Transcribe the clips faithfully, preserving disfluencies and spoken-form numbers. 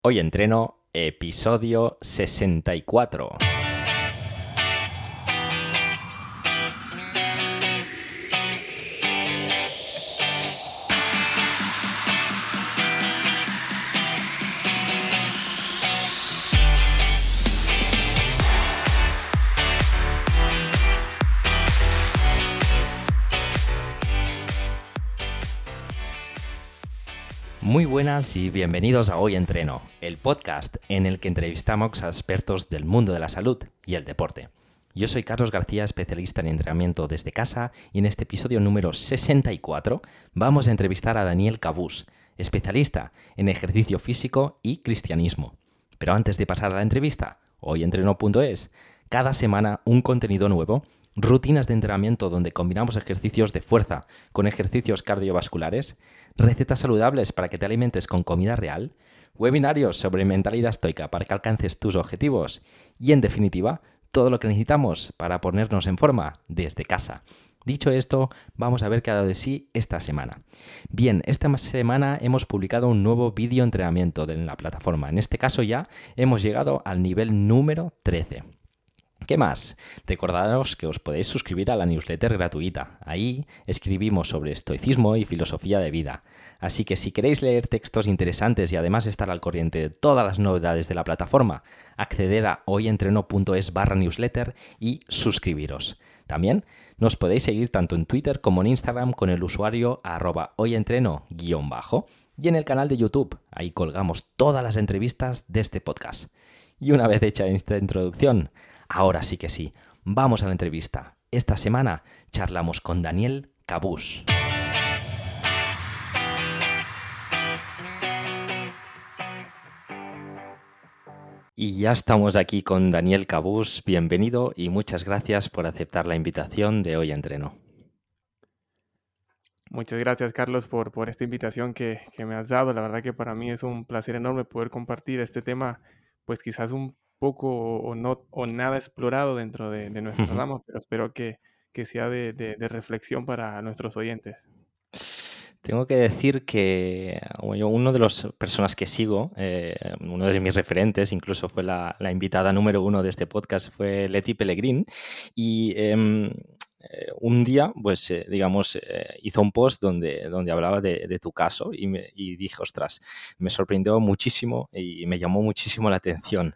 Hoy entreno, episodio sesenta y cuatro. Muy buenas y bienvenidos a Hoy Entreno, el podcast en el que entrevistamos a expertos del mundo de la salud y el deporte. Yo soy Carlos García, especialista en entrenamiento desde casa, y en este episodio número sesenta y cuatro vamos a entrevistar a Daniel Cabús, especialista en ejercicio físico y cristianismo. Pero antes de pasar a la entrevista, hoy entreno punto es, cada semana un contenido nuevo, rutinas de entrenamiento donde combinamos ejercicios de fuerza con ejercicios cardiovasculares, recetas saludables para que te alimentes con comida real, webinarios sobre mentalidad estoica para que alcances tus objetivos y, en definitiva, todo lo que necesitamos para ponernos en forma desde casa. Dicho esto, vamos a ver qué ha dado de sí esta semana. Bien, esta semana hemos publicado un nuevo vídeo entrenamiento en la plataforma. En este caso ya hemos llegado al nivel número trece. ¿Qué más? Recordaros que os podéis suscribir a la newsletter gratuita. Ahí escribimos sobre estoicismo y filosofía de vida. Así que si queréis leer textos interesantes y además estar al corriente de todas las novedades de la plataforma, acceder a hoyentreno punto es barra newsletter y suscribiros. También nos podéis seguir tanto en Twitter como en Instagram con el usuario arroba hoyentreno guión bajo y en el canal de YouTube. Ahí colgamos todas las entrevistas de este podcast. Y una vez hecha esta introducción, ahora sí que sí, vamos a la entrevista. Esta semana charlamos con Daniel Cabús. Y ya estamos aquí con Daniel Cabús. Bienvenido y muchas gracias por aceptar la invitación de Hoy Entreno. Muchas gracias, Carlos, por, por esta invitación que, que me has dado. La verdad que para mí es un placer enorme poder compartir este tema, pues quizás un poco o, no, o nada explorado dentro de, de nuestra rama, pero espero que, que sea de, de, de reflexión para nuestros oyentes. Tengo que decir que bueno, uno de las personas que sigo, eh, uno de mis referentes, incluso fue la, la invitada número uno de este podcast, fue Leti Pellegrin, y eh, eh, un día, pues, eh, digamos, eh, hizo un post donde, donde hablaba de, de tu caso y, me, y dije, ostras, me sorprendió muchísimo y me llamó muchísimo la atención.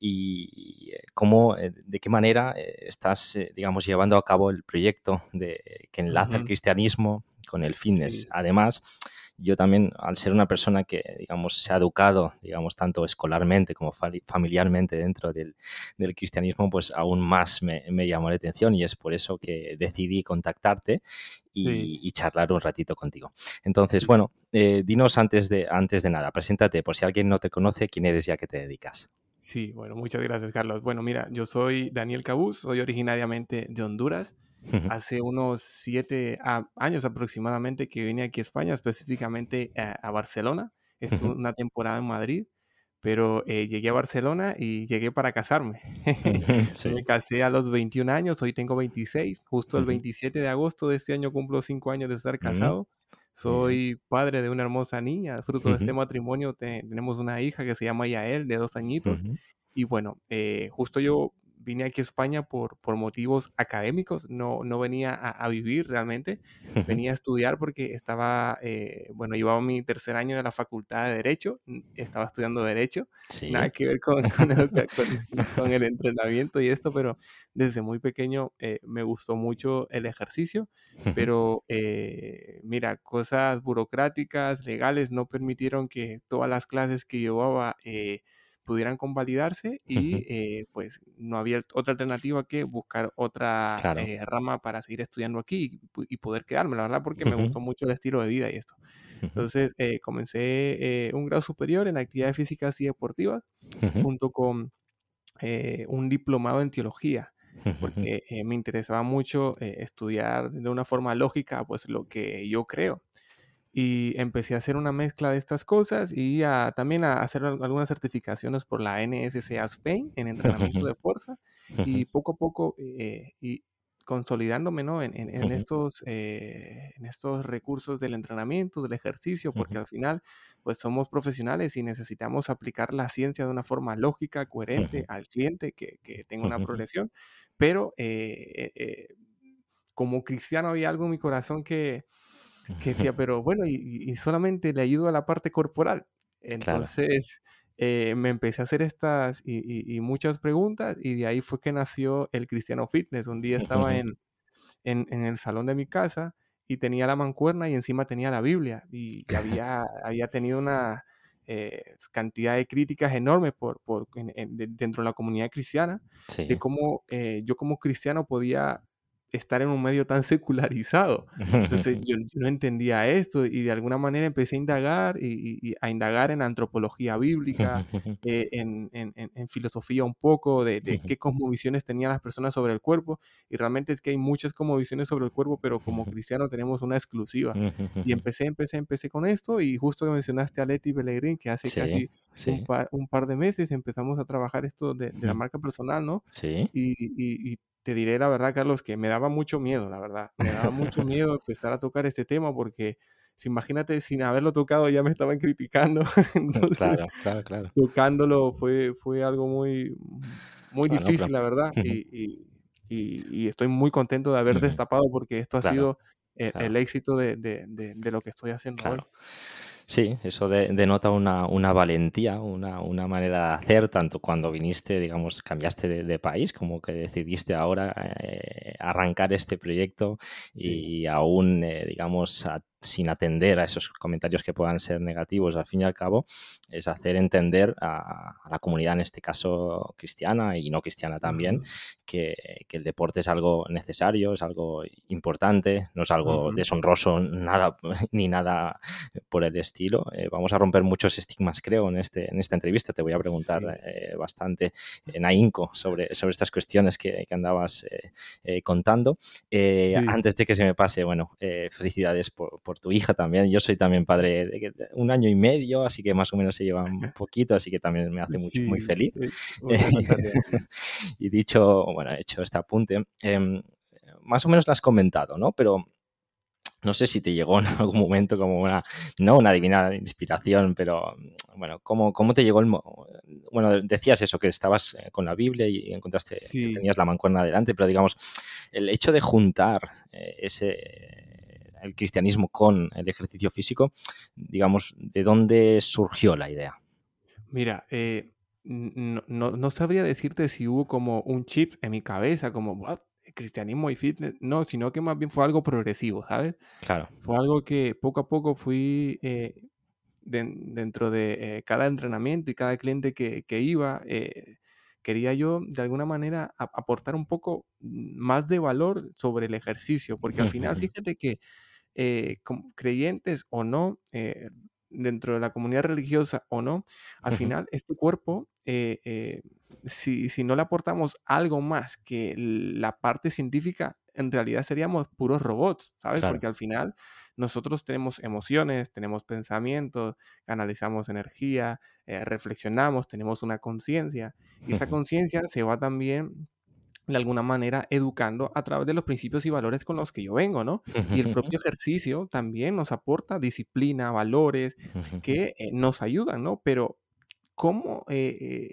Y cómo, de qué manera estás, digamos, llevando a cabo el proyecto de, que enlaza uh-huh. el cristianismo con el fitness. Sí. Además, yo también, al ser una persona que, digamos, se ha educado, digamos, tanto escolarmente como familiarmente dentro del, del cristianismo, pues aún más me, me llamó la atención y es por eso que decidí contactarte y, sí. y charlar un ratito contigo. Entonces, bueno, eh, dinos antes de, antes de nada, preséntate, por si alguien no te conoce, quién eres y a qué te dedicas. Sí, bueno, muchas gracias, Carlos. Bueno, mira, yo soy Daniel Cabús, soy originariamente de Honduras. Hace unos siete años aproximadamente que vine aquí a España, específicamente a, a Barcelona. Estuve una temporada en Madrid, pero eh, llegué a Barcelona y llegué para casarme. Sí. Me casé a los veintiún años, hoy tengo veintiséis. Justo el veintisiete de agosto de este año cumplo cinco años de estar casado. Soy padre de una hermosa niña. Fruto de este matrimonio te, tenemos una hija que se llama Yael, de dos añitos. Y bueno, eh, justo yo vine aquí a España por, por motivos académicos, no, no venía a, a vivir realmente, venía a estudiar porque estaba, eh, bueno, llevaba mi tercer año de la Facultad de Derecho, estaba estudiando Derecho, ¿sí? Nada que ver con, con, educa- con, con el entrenamiento y esto, pero desde muy pequeño eh, me gustó mucho el ejercicio, pero eh, mira, cosas burocráticas, legales, no permitieron que todas las clases que llevaba eh, pudieran convalidarse y uh-huh. eh, pues no había otra alternativa que buscar otra claro. eh, rama para seguir estudiando aquí y, y poder quedarme, la verdad, porque uh-huh. me gustó mucho el estilo de vida y esto. Uh-huh. Entonces eh, comencé eh, un grado superior en actividades físicas y deportivas uh-huh. junto con eh, un diplomado en teología, porque eh, me interesaba mucho eh, estudiar de una forma lógica pues lo que yo creo. Y empecé a hacer una mezcla de estas cosas y a, también a hacer algunas certificaciones por la N S C A Spain en entrenamiento de fuerza. Y poco a poco, eh, y consolidándome, ¿no? En, en- en Ujú, estos, eh, en estos recursos del entrenamiento, del ejercicio, porque ujú, al final, pues somos profesionales y necesitamos aplicar la ciencia de una forma lógica, coherente ujú, al cliente, que, que tenga una ujú, progresión, pero eh, eh, eh, como cristiano había algo en mi corazón que, que ujú. decía, pero bueno, y, y- y solamente le ayudo a la parte corporal. Claro. Entonces, eh, me empecé a hacer estas y, y- y muchas preguntas y de ahí fue que nació el Cristiano Fitness. Un día estaba Ujú, en, en, en el salón de mi casa y tenía la mancuerna y encima tenía la Biblia y, y había, había tenido una eh, cantidad de críticas enormes por, por, en- en- de- dentro de la comunidad cristiana de Sí. cómo eh, yo como cristiano podía estar en un medio tan secularizado. Entonces yo, yo no entendía esto y de alguna manera empecé a indagar y, y- y a indagar en antropología bíblica, eh, en, en- en- en filosofía un poco de, de qué cosmovisiones tenían las personas sobre el cuerpo y realmente es que hay muchas como visiones sobre el cuerpo, pero como cristiano tenemos una exclusiva. Y empecé, empecé, empecé con esto y justo que mencionaste a Leti Pellegrín, que hace Sí, casi un sí. par, un par de meses empezamos a trabajar esto de, de la marca personal, ¿no? Sí. Y, y- y te diré la verdad, Carlos, que me daba mucho miedo, la verdad. Me daba mucho miedo empezar a tocar este tema porque, si imagínate, sin haberlo tocado ya me estaban criticando. Entonces, Claro, claro, claro. tocándolo fue, fue algo muy, muy Claro, no, pero difícil, la verdad, y, y- y- y estoy muy contento de haber destapado porque esto ha claro, sido el, claro. el éxito de, de- de- de lo que estoy haciendo hoy. Claro. Sí, eso de- denota una, una valentía, una, una manera de hacer, tanto cuando viniste, digamos, cambiaste de, de país, como que decidiste ahora eh, arrancar este proyecto Sí, y aún, eh, digamos, a- sin atender a esos comentarios que puedan ser negativos, al fin y al cabo, es hacer entender a, a la comunidad, en este caso cristiana y no cristiana también, ujú, que, que el deporte es algo necesario, es algo importante, no es algo ujú, deshonroso, nada, ni nada por el estilo. Eh, vamos a romper muchos estigmas, creo, en, este, en esta entrevista. Te voy a preguntar sí, eh, bastante en ahínco sobre, sobre estas cuestiones que, que andabas eh, eh, contando. Eh, sí, antes de que se me pase, bueno, eh, felicidades por, por, tu hija también. Yo soy también padre de, de un año y medio, así que más o menos se llevan un poquito, así que también me hace mucho, muy sí, feliz. eh, muchas gracias. Y dicho, bueno, he hecho este apunte, eh, más o menos lo has comentado, ¿no? Pero no sé si te llegó en algún momento como una, no una divina inspiración, pero bueno, ¿cómo, cómo te llegó el... Mo bueno, decías eso, que estabas eh, con la Biblia y encontraste que Sí. tenías la mancuerna delante, pero digamos, el hecho de juntar eh, ese, el cristianismo con el ejercicio físico, digamos, ¿de dónde surgió la idea? Mira, eh, n- no, no, no sabría decirte si hubo como un chip en mi cabeza, como, "What? Cristianismo y fitness". No, sino que más bien fue algo progresivo, ¿sabes? Claro. Fue algo que poco a poco fui eh, den- dentro de eh, cada entrenamiento y cada cliente que, que iba, eh, quería yo de alguna manera a- aportar un poco más de valor sobre el ejercicio, porque al final, fíjate que eh, com- creyentes o no, eh, dentro de la comunidad religiosa o no, al final este cuerpo, eh, eh, si, si no le aportamos algo más que la parte científica, en realidad seríamos puros robots, ¿sabes? Claro. Porque al final nosotros tenemos emociones, tenemos pensamientos, analizamos energía, eh, reflexionamos, tenemos una conciencia y esa conciencia se va también de alguna manera educando a través de los principios y valores con los que yo vengo, ¿no? Y el propio ejercicio también nos aporta disciplina, valores que eh, nos ayudan, ¿no? Pero ¿cómo, eh,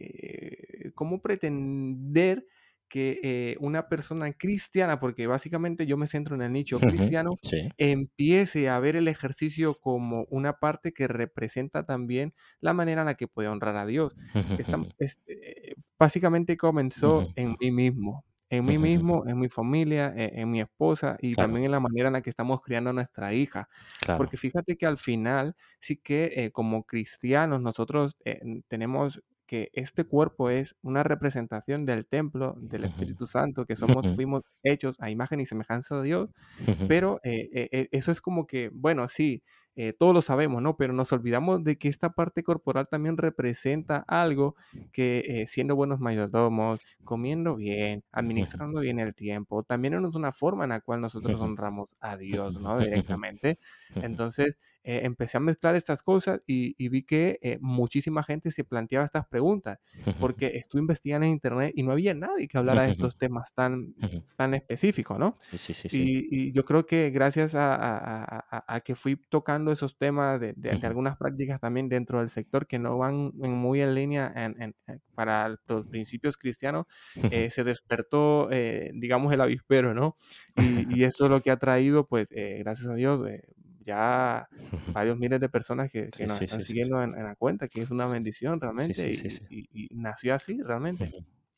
eh, cómo pretender que eh, una persona cristiana, porque básicamente yo me centro en el nicho cristiano, Sí. empiece a ver el ejercicio como una parte que representa también la manera en la que puede honrar a Dios? Esta- es- eh, básicamente comenzó en mí mismo, en mí mismo, en mi familia, e- en mi esposa y Claro, también en la manera en la que estamos criando a nuestra hija. claro. Porque fíjate que al final sí que eh, como cristianos nosotros eh, tenemos que este cuerpo es una representación del templo del Espíritu Santo, que somos, fuimos hechos a imagen y semejanza de Dios, pero eh, eh, eh, eso es como que, bueno, sí, eh, todos lo sabemos, ¿no? Pero nos olvidamos de que esta parte corporal también representa algo que eh, siendo buenos mayordomos, comiendo bien, administrando bien el tiempo, también es una forma en la cual nosotros honramos a Dios, ¿no? Directamente. Entonces, eh, empecé a mezclar estas cosas y, y vi que eh, muchísima gente se planteaba estas preguntas, porque estuve investigando en internet y no había nadie que hablara de estos temas tan, tan específicos, ¿no? Sí, sí, sí, sí. Y, y yo creo que gracias a, a- a- a- a que fui tocando esos temas de, de- de algunas prácticas también dentro del sector que no van en- muy en línea en- en- en- para los principios cristianos, eh, se despertó, eh, digamos, el avispero, ¿no? Y, y eso es lo que ha traído, pues, eh, gracias a Dios, eh, ya varios miles de personas que, que Sí, nos sí, están sí, sí, sí. siguiendo en, en la cuenta, que es una bendición Sí, realmente sí, sí, y, sí. y- y nació así realmente.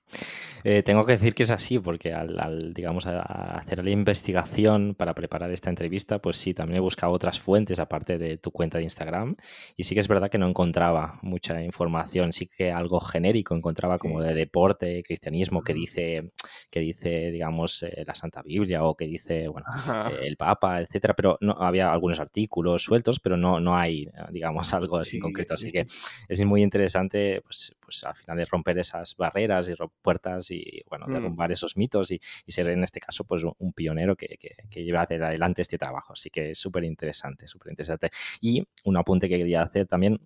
Eh, tengo que decir que es así, porque al, al, digamos, a, a hacer la investigación para preparar esta entrevista, pues sí, también he buscado otras fuentes aparte de tu cuenta de Instagram y sí que es verdad que no encontraba mucha información, sí que algo genérico encontraba como Sí. de deporte, cristianismo, que Ujú. dice, que dice, digamos, eh, la Santa Biblia o que dice, bueno, eh, Ajá. el Papa, etcétera, pero no había algunos artículos sueltos, pero no, no hay, eh, digamos, algo así en Sí, concreto, sí, así que sí. es muy interesante, pues, pues al final es romper esas barreras y ro- puertas y, bueno, Mm. derrumbar esos mitos y, y ser en este caso, pues un, un pionero que, que, que lleva hacia adelante este trabajo. Así que es súper interesante, súper interesante. Y un apunte que quería hacer también,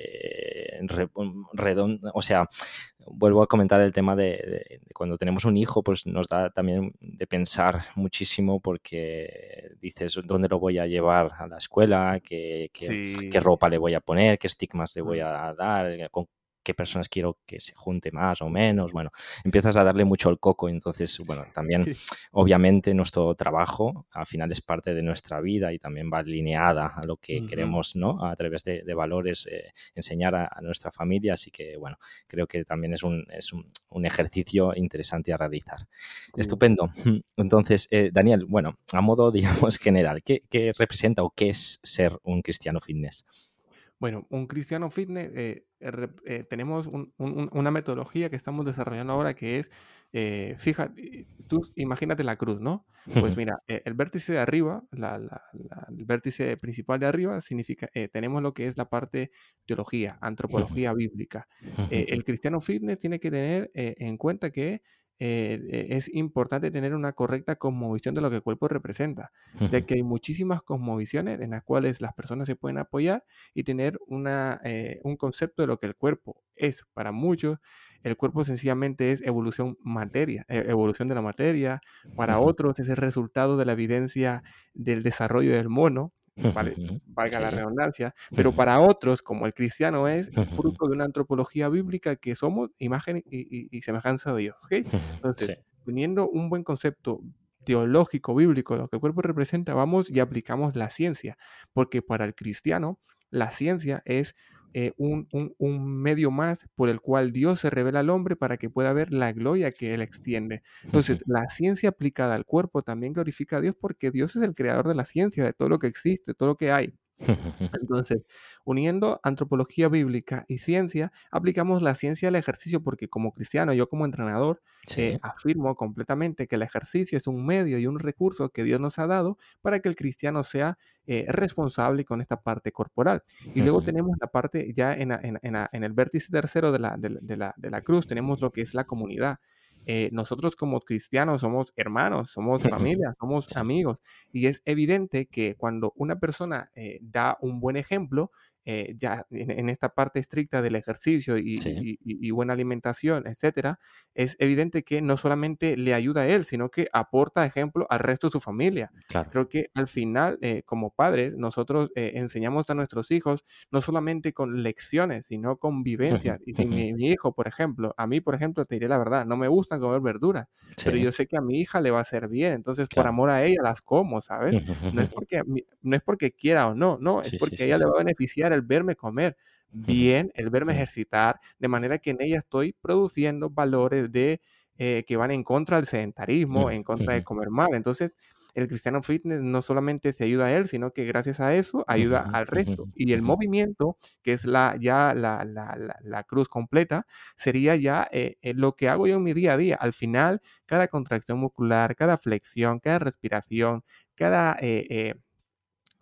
eh, re- redondo, o sea, vuelvo a comentar el tema de, de- de cuando tenemos un hijo, pues nos da también de pensar muchísimo porque dices, ¿dónde lo voy a llevar a la escuela? ¿Qué, qué, qué Sí. ropa le voy a poner? ¿Qué estigmas le voy Mm. a dar? ¿Con qué personas quiero que se junte más o menos? Bueno, empiezas a darle mucho el coco. Entonces, bueno, también obviamente nuestro trabajo al final es parte de nuestra vida y también va alineada a lo que Ujú. queremos, ¿no? A través de, de valores, eh, enseñar a, a nuestra familia. Así que, bueno, creo que también es un, es un, un ejercicio interesante a realizar. Sí. Estupendo. Entonces, eh, Daniel, bueno, a modo, digamos, general, ¿qué, qué representa o qué es ser un cristiano fitness? Bueno, un cristiano fitness, eh, eh, rep- eh, tenemos un- un- un- una metodología que estamos desarrollando ahora que es, eh, fíjate, tú imagínate la cruz, ¿no? Pues mira, eh, el vértice de arriba, la- la- la- el vértice principal de arriba significa, eh, tenemos lo que es la parte teología, antropología bíblica. Eh, el cristiano fitness tiene que tener eh, en cuenta que eh, eh, es importante tener una correcta cosmovisión de lo que el cuerpo representa, ya que hay muchísimas cosmovisiones en las cuales las personas se pueden apoyar y tener una, eh, un concepto de lo que el cuerpo es. Para muchos, el cuerpo sencillamente es evolución materia, eh, evolución de la materia. Para otros es el resultado de la evidencia del desarrollo del mono, vale, valga la Sí. redundancia, pero para otros, como el cristiano, es fruto de una antropología bíblica que somos imagen y, y- y semejanza de Dios. ¿Ok? Entonces, Sí. teniendo un buen concepto teológico, bíblico, de lo que el cuerpo representa, vamos y aplicamos la ciencia, porque para el cristiano la ciencia es eh, un, un- un medio más por el cual Dios se revela al hombre para que pueda ver la gloria que Él extiende. Entonces, la ciencia aplicada al cuerpo también glorifica a Dios porque Dios es el creador de la ciencia, de todo lo que existe, todo lo que hay. Entonces, uniendo antropología bíblica y ciencia, aplicamos la ciencia al ejercicio porque como cristiano, yo como entrenador, eh, Sí. afirmo completamente que el ejercicio es un medio y un recurso que Dios nos ha dado para que el cristiano sea eh, responsable con esta parte corporal. Y luego tenemos la parte ya en, la- en, en la- en el vértice tercero de la, de la- de la- de la cruz, tenemos lo que es la comunidad. Eh, nosotros como cristianos somos hermanos, somos familia, somos Sí. amigos. Y es evidente que cuando una persona eh, da un buen ejemplo, eh, ya en, en esta parte estricta del ejercicio y, Sí. y- y- y buena alimentación, etcétera, es evidente que no solamente le ayuda a él, sino que aporta ejemplo al resto de su familia. Claro. Creo que al final, eh, como padres, nosotros eh, enseñamos a nuestros hijos no solamente con lecciones, sino con vivencias. Y si mi, mi hijo, por ejemplo, a mí, por ejemplo, te diré la verdad, no me gustan comer verduras, pero Sí. yo sé que a mi hija le va a hacer bien, entonces por Claro. amor a ella las como, ¿sabes? No es porque, a mí- no es porque quiera o no, no, es Sí, sí, porque a sí, ella le sí. va a beneficiar el verme comer bien, el verme ejercitar, de manera que en ella estoy produciendo valores de, eh, que van en contra del sedentarismo, en contra de comer mal. Entonces, el cristiano fitness no solamente se ayuda a él, sino que gracias a eso ayuda al resto. Y el movimiento, que es la, ya la, la, la, la cruz completa, sería ya eh, eh, lo que hago yo en mi día a día. Al final, cada contracción muscular, cada flexión, cada respiración, cada eh, eh,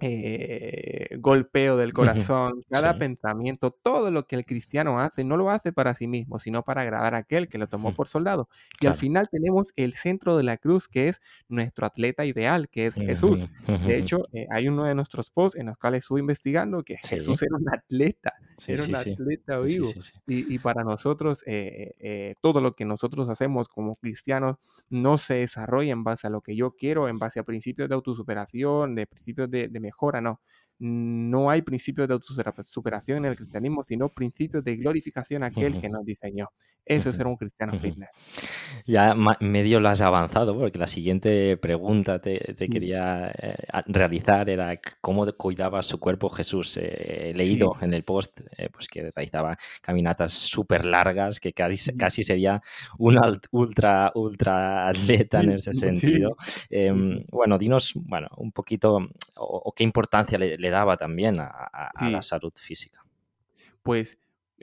eh, golpeo del corazón, cada Sí, pensamiento, todo lo que el cristiano hace, no lo hace para sí mismo, sino para agradar a aquel que lo tomó por soldado. Y al claro. final tenemos el centro de la cruz, que es nuestro atleta ideal, que es Jesús. Ujú, De ujú. hecho, eh, hay uno de nuestros posts en los cuales estuve investigando que Sí, Jesús era un atleta, sí, era un sí, sí. atleta Sí, sí, vivo. sí, sí. Y, y para nosotros, eh, eh, todo lo que nosotros hacemos como cristianos no se desarrolla en base a lo que yo quiero, en base a principios de autosuperación, de principios de, de mejora, no. No hay principios de autosuperación en el cristianismo, sino principios de glorificación a aquel Ujú, que nos diseñó. Eso es ujú, ser un cristiano ujú. fitness. Ya ma- medio lo has avanzado, porque la siguiente pregunta te, te Sí, quería eh, a- realizar era c- cómo de- cuidaba su cuerpo Jesús. Eh, he leído sí, en el post eh, pues que realizaba caminatas súper largas, que casi, se- sí, casi sería un alt- ultra, ultra atleta en sí, ese sí, sentido. sí, Em, sí. bueno, dinos bueno, un poquito o, o qué importancia le, le daba también a, a- a la Sí, salud física. pues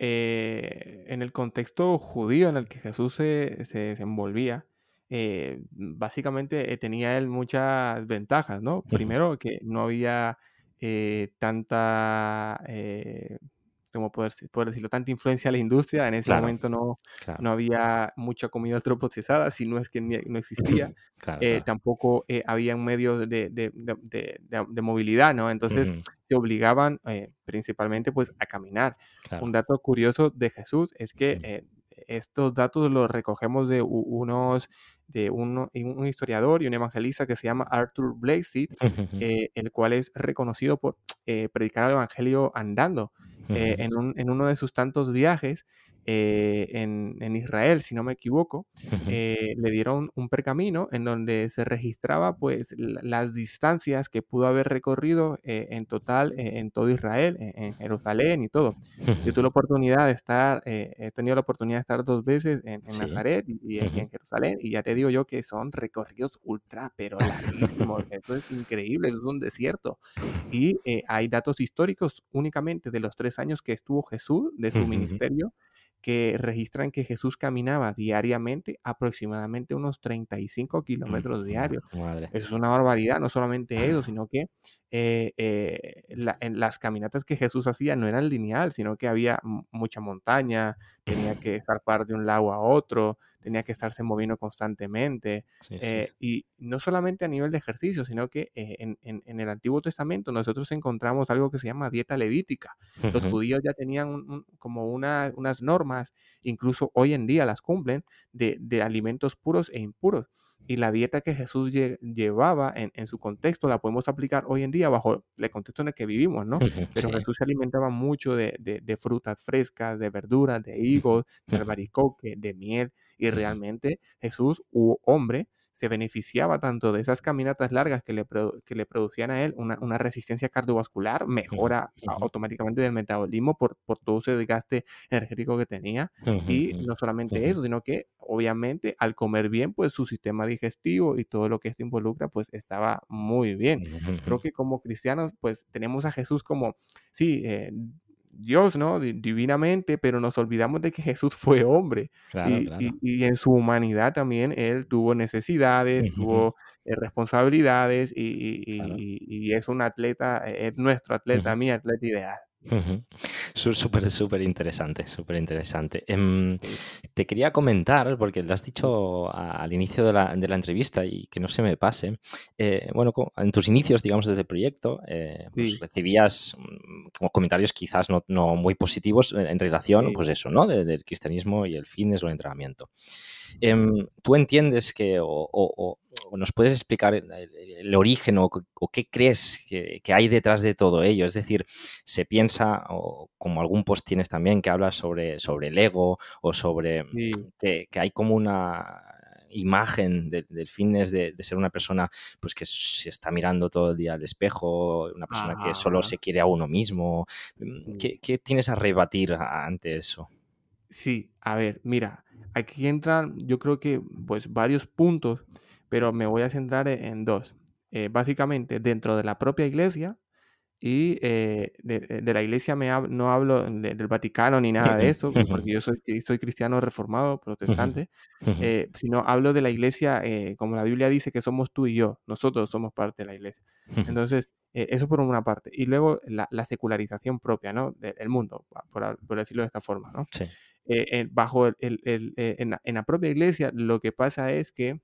eh, en el contexto judío en el que Jesús se, se desenvolvía, eh, básicamente eh, tenía él muchas ventajas, ¿no? Ujú, Primero, que no había eh, tanta, eh, ¿cómo poder, poder decirlo? Tanta influencia de la industria. En ese claro, momento no, claro. no había mucha comida ultraprocesada, si no es que ni- no existía. Claro, Eh, claro. tampoco eh, habían medios de, de- de- de- de- de movilidad, ¿no? Entonces Ujú, se obligaban eh, principalmente pues a caminar. Un claro. dato curioso de Jesús es que Ujú, eh, estos datos los recogemos de u- unos de uno- un historiador y un evangelista que se llama Arthur Blasitt, ujú, eh, el cual es reconocido por eh, predicar el evangelio andando. Eh, ujú. en, un- en uno de sus tantos viajes eh, en, en Israel, si no me equivoco, Ujú, eh, le dieron un pergamino en donde se registraba pues la- las distancias que pudo haber recorrido eh, en total eh, en todo Israel, en, en Jerusalén y todo. Yo tuve la ujú. oportunidad de estar, eh, he tenido la oportunidad de estar dos veces en, en Sí. Nazaret y, y en, y Ujú, en Jerusalén, y ya te digo yo que son recorridos ultra, pero larguísimos. Eso es increíble, eso es un desierto. Y eh, hay datos históricos únicamente de los tres años que estuvo Jesús, de su ujú, ministerio, que registran que Jesús caminaba diariamente aproximadamente unos treinta y cinco ujú. kilómetros diarios. Madre. Eso es una barbaridad, no solamente eso, sino que eh, eh, la- en las caminatas que Jesús hacía no eran lineal, sino que había mu- mucha montaña, tenía que escapar de un lago a otro, tenía que estarse moviendo constantemente. Sí, sí. eh, y no solamente a nivel de ejercicio, sino que eh, en, en- en el Antiguo Testamento nosotros encontramos algo que se llama dieta levítica. Los Ujú, judíos ya tenían un- un- como una- unas normas, incluso hoy en día las cumplen, de, de alimentos puros e impuros. Y la dieta que Jesús lle- llevaba en, en su contexto la podemos aplicar hoy en día bajo el contexto en el que vivimos, ¿no? ujú. Pero Sí. Jesús se alimentaba mucho de, de- de frutas frescas, de verduras, de higos, de Ujú, albaricoque, de miel. Y ujú, realmente Jesús, u hombre, se beneficiaba tanto de esas caminatas largas que le, produ- que le producían a él una, una resistencia cardiovascular, ujú, mejora a- ujú, automáticamente del metabolismo por, por todo ese desgaste energético que tenía. ujú, Y no solamente ujú, eso, sino que obviamente al comer bien, pues su sistema digestivo y todo lo que esto involucra, pues estaba muy bien. ujú, ujú. Creo que como cristianos, pues tenemos a Jesús como, sí, eh, Dios, ¿no? Di- Divinamente, pero nos olvidamos de que Jesús fue hombre Claro, y, claro. y- y en su humanidad también él tuvo necesidades, Ujú, ujú. tuvo eh, responsabilidades y, y- Claro. y- y es un atleta, eh, es nuestro atleta, Ujú. mi atleta ideal. Ujú. Su súper, súper interesante, súper interesante. Em, Sí, te quería comentar, porque lo has sí, dicho a- al inicio de la, de la entrevista y que no se me pase. eh, bueno, co- en tus inicios, digamos, desde el proyecto, eh, pues sí, recibías mm, como comentarios quizás no, no muy positivos en en relación, sí. pues eso, ¿no? De- del cristianismo y el fitness o el entrenamiento. Em, ¿tú entiendes que, o, o- o- o nos puedes explicar el, el- el origen o, c- o qué crees que, que hay detrás de todo ello? Es decir, se piensa, o como algún post tienes también, que habla sobre, sobre el ego o sobre mm, Sí. que, que hay como una imagen de- del fitness de, de ser una persona pues que se está mirando todo el día al espejo, una persona que solo Ajá. se quiere a uno mismo. Mm, Sí. ¿Qué, qué tienes a rebatir a- ante eso? Sí, a ver, mira, aquí entran, yo creo que, pues, varios puntos, pero me voy a centrar e- en dos. Eh, básicamente, dentro de la propia iglesia y eh, de, de- de la iglesia me hab- no hablo de- del Vaticano ni nada de eso, porque yo soy, cri- soy cristiano reformado, protestante, eh, sino hablo de la iglesia, eh, como la Biblia dice que somos tú y yo, nosotros somos parte de la iglesia. Entonces, Eh, eso por una parte. Y luego la, la secularización propia, ¿no? Del mundo, por, por decirlo de esta forma, ¿no? Sí. Eh, eh, bajo el, el- el- eh, en, la, en la propia iglesia, lo que pasa es que,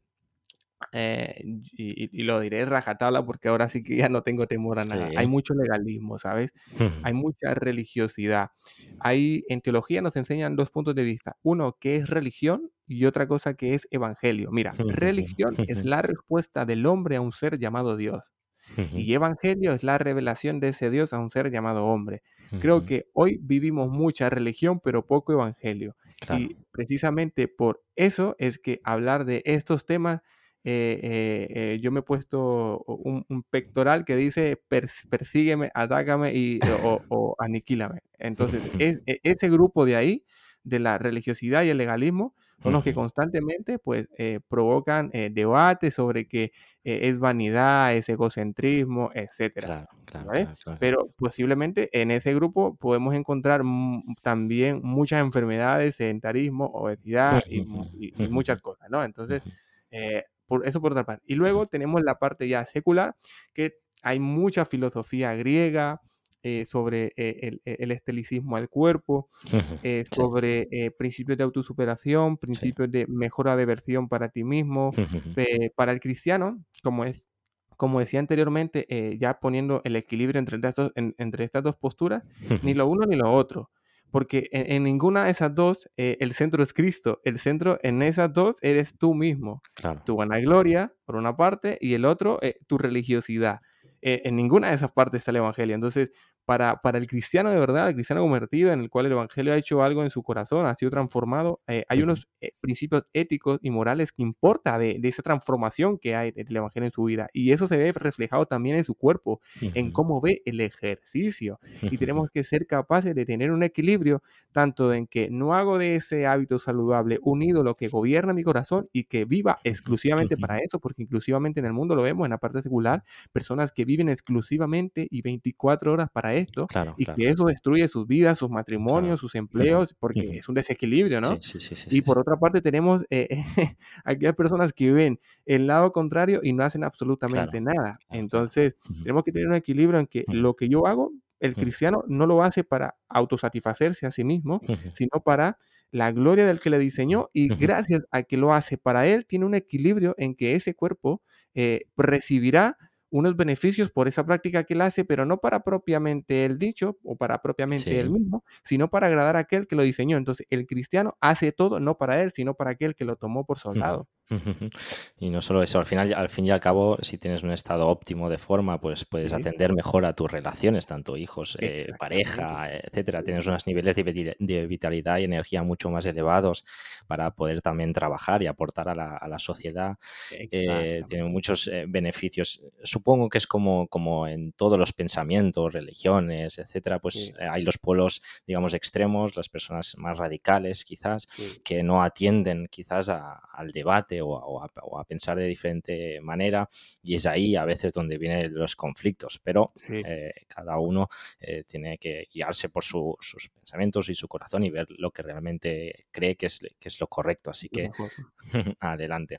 eh, y, y lo diré rajatabla porque ahora sí que ya no tengo temor a nada, hay Sí. mucho legalismo, ¿sabes? Ujú. Hay mucha religiosidad. Hay, en teología nos enseñan dos puntos de vista. Uno, que es religión y otra cosa que es evangelio. Mira, religión es la respuesta del hombre a un ser llamado Dios. Ujú. Y evangelio es la revelación de ese Dios a un ser llamado hombre. Creo Ujú. que hoy vivimos mucha religión, pero poco evangelio. Claro. Y precisamente por eso es que hablar de estos temas, eh, eh, eh, yo me he puesto un, un pectoral que dice "Pers- persígueme, atácame y, o, o aniquílame". Entonces, Ujú. es, e- ese grupo de ahí, de la religiosidad y el legalismo, son los que Ujú. constantemente pues, eh, provocan eh, debates sobre que eh, es vanidad, es egocentrismo, etcétera, Claro, claro, ¿vale? claro, claro. Pero posiblemente en ese grupo podemos encontrar mm, también muchas enfermedades, sedentarismo, obesidad y, mu- y- y muchas cosas, ¿no? Entonces, Ujú. eh, por eso por otra parte. Y Ujú. luego tenemos la parte ya secular, que hay mucha filosofía griega eh, sobre eh, el, el esteticismo del cuerpo, Ujú. eh, Sí, sobre eh, principios de autosuperación, sí. principios de mejora de versión para ti mismo. Ujú. Pe- para el cristiano, como es, como decía anteriormente, eh, ya poniendo el equilibrio entre estas dos, en- entre estas dos posturas, ni Ujú. lo uno ni lo otro. Porque en, en ninguna de esas dos eh, el centro es Cristo. El centro en esas dos eres tú mismo. Claro. Tu vanagloria, por una parte, y el otro, eh, tu religiosidad. Eh, en ninguna de esas partes está el Evangelio. Entonces, para, para el cristiano de verdad, el cristiano convertido, en el cual el Evangelio ha hecho algo en su corazón, ha sido transformado, eh, hay Ujú. unos eh, principios éticos y morales que importa de, de esa transformación que hay del Evangelio en su vida. Y eso se ve reflejado también en su cuerpo, en Ujú. cómo ve el ejercicio. Y Ujú. tenemos que ser capaces de tener un equilibrio, tanto en que no hago de ese hábito saludable un ídolo que gobierna mi corazón y que viva exclusivamente Ujú. para eso, porque inclusivamente en el mundo lo vemos, en la parte secular, personas que viven exclusivamente y veinticuatro horas para esto, Claro, y claro, que eso destruye sus vidas, sus claro. matrimonios, sus Ujú. empleos, porque Ujú. es un desequilibrio, Sí, ¿no? sí, sí, sí, Y sí, por sí. otra parte tenemos eh, aquellas personas que viven el lado contrario y no hacen Claro, absolutamente nada. claro, claro. Entonces, Ujú. tenemos que tener un equilibrio en que Ujú. lo que yo hago, el Ujú. cristiano no lo hace para autosatisfacerse a sí mismo, Ujú. sino para la gloria del que le diseñó, y Ujú. gracias a que lo hace para él, tiene un equilibrio en que ese cuerpo eh, recibirá unos beneficios por esa práctica que él hace, pero no para propiamente el dicho o para propiamente él Sí. mismo, sino para agradar a aquel que lo diseñó. Entonces, el cristiano hace todo no para él, sino para aquel que lo tomó por Ujú, soldado. ujú. Y no solo eso, al final, al fin y al cabo, si tienes un estado óptimo de forma, pues puedes Sí, atender mejor a tus relaciones, tanto hijos, eh, exactamente. pareja, etcétera. Sí, Tienes unos niveles de, viti- de vitalidad y energía mucho más elevados para poder también trabajar y aportar a la, a la sociedad. Eh, tiene exactamente. muchos eh, beneficios. Supongo que es como, como en todos los pensamientos, religiones, etcétera, pues Sí, eh, hay los polos, digamos, extremos, las personas más radicales, quizás, sí, que no atienden quizás a- al debate o a, o a- o a pensar de diferente manera, y es ahí a veces donde vienen los conflictos, pero sí, eh, cada uno eh, tiene que guiarse por su- sus pensamientos y su corazón y ver lo que realmente cree que es, que es lo correcto, así lo que mejor. adelante.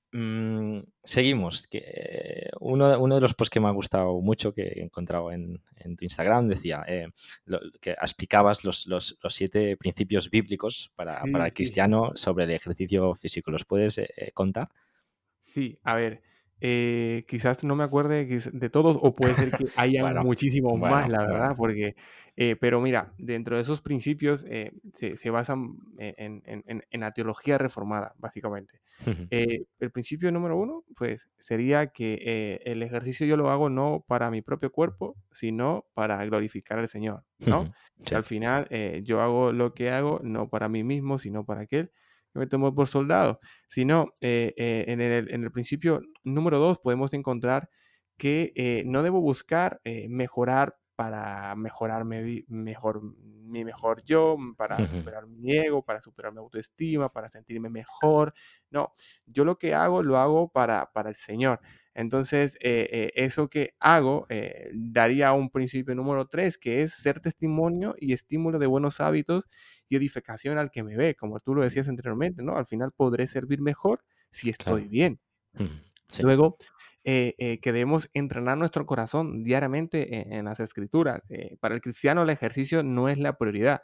Mm, seguimos. Que, eh, uno, uno de los posts que me ha gustado mucho, que he encontrado en, en tu Instagram, decía eh, lo- que explicabas los, los- los siete principios bíblicos para, para Sí, el sí, sí. cristiano sobre el ejercicio físico. ¿Los puedes eh, eh, contar? Sí, a ver, eh, quizás no me acuerde quiz de todos, o puede ser que hayan Bueno, muchísimos más, bueno, la verdad, bueno. porque, eh, pero mira, dentro de esos principios eh, se, se basan e- en, en- en- en la teología reformada, básicamente. Eh, el principio número uno, pues, sería que eh, el ejercicio yo lo hago no para mi propio cuerpo, sino para glorificar al Señor, ¿no? Que Sí. al final eh, yo hago lo que hago no para mí mismo, sino para aquel que me tomó por soldado. Sino, eh, eh, en el, en el principio número dos podemos encontrar que eh, no debo buscar eh, mejorar para mejorarme vi- mejor, mi mejor yo, mm, para superar mi ego, para superar mi autoestima, para sentirme mejor. No, yo lo que hago lo hago para, para el Señor. Entonces, eh, eh, eso que hago eh, daría un principio número tres, que es ser testimonio y estímulo de buenos hábitos y edificación al que me ve, como tú lo decías anteriormente, ¿no? Al final podré servir mejor si Claro. estoy bien. Ujú. Sí. Luego, eh, eh, que debemos entrenar nuestro corazón diariamente en, en las escrituras. Eh, para el cristiano el ejercicio no es la prioridad,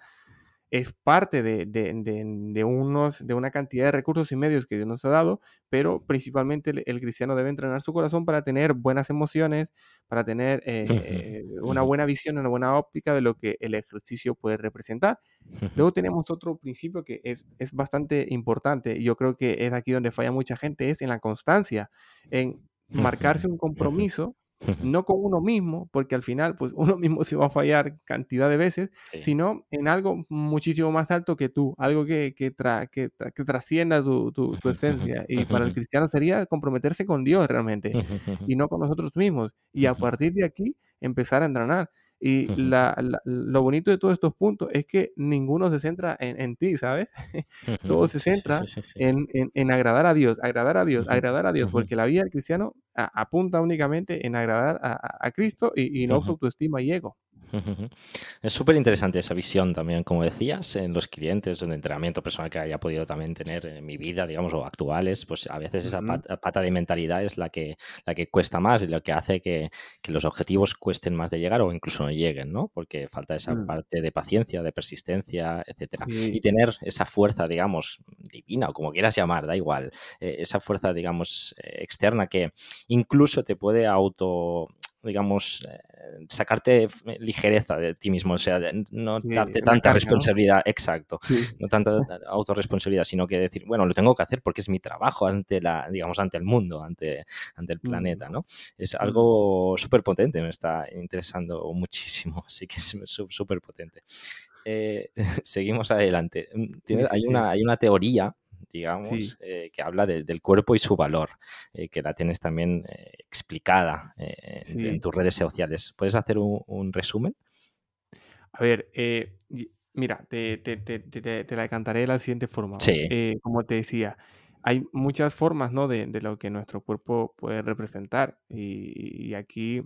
es parte de, de, de, de unos, de una cantidad de recursos y medios que Dios nos ha dado, pero principalmente el, el cristiano debe entrenar su corazón para tener buenas emociones, para tener eh, una buena visión, una buena óptica de lo que el ejercicio puede representar. Luego tenemos otro principio que es, es bastante importante, y yo creo que es aquí donde falla mucha gente, es en la constancia, en marcarse un compromiso, no con uno mismo, porque al final, pues uno mismo se va a fallar cantidad de veces, Sí. sino en algo muchísimo más alto que tú, algo que, que, tra- que, tra- que trascienda tu, tu, tu esencia. Y para el cristiano sería comprometerse con Dios realmente, y no con nosotros mismos. Y a partir de aquí, empezar a entrenar. Y la, la- lo bonito de todos estos puntos es que ninguno se centra en, en ti, ¿sabes? Todo se Sí, sí, sí, centra sí, sí. en, en- en agradar a Dios, agradar a Dios, agradar a Dios, porque la vida del cristiano a- apunta únicamente en agradar a, a- a Cristo, y, y no su autoestima y ego. Ujú. Es súper interesante esa visión también, como decías, en los clientes, en el entrenamiento personal que haya podido también tener en mi vida, digamos, o actuales, pues a veces esa Ujú. pata, pata de mentalidad es la que, la que cuesta más y lo que hace que, que los objetivos cuesten más de llegar o incluso no lleguen, ¿no? Porque falta esa Mm, parte de paciencia, de persistencia, etcétera. Y sí, tener esa fuerza, digamos, divina o como quieras llamar, da igual, eh, esa fuerza, digamos, eh, externa que incluso te puede auto digamos, eh, sacarte f- ligereza de ti mismo, o sea, de no sí, darte una tanta carga, ¿no? responsabilidad, exacto, Sí. no tanta autorresponsabilidad, sino que decir, bueno, lo tengo que hacer porque es mi trabajo ante la, digamos, ante el mundo, ante, ante el Mm, planeta, ¿no? Es mm, algo súper potente, me está interesando muchísimo, así que es sú- súper potente. Eh, seguimos adelante. Mm, sí, tiene- sí, hay sí, una, hay una teoría, sí. digamos, eh, que habla de- del cuerpo y su valor, eh, que la tienes también eh, explicada eh, en, en Sí. tus redes sociales. ¿Puedes hacer un, un resumen? A ver, eh, y- mira, te, te, te, te, te- te la cantaré de la siguiente forma. Sí. Eh, como te decía, hay muchas formas, ¿no? de, de lo que nuestro cuerpo puede representar. Y, y aquí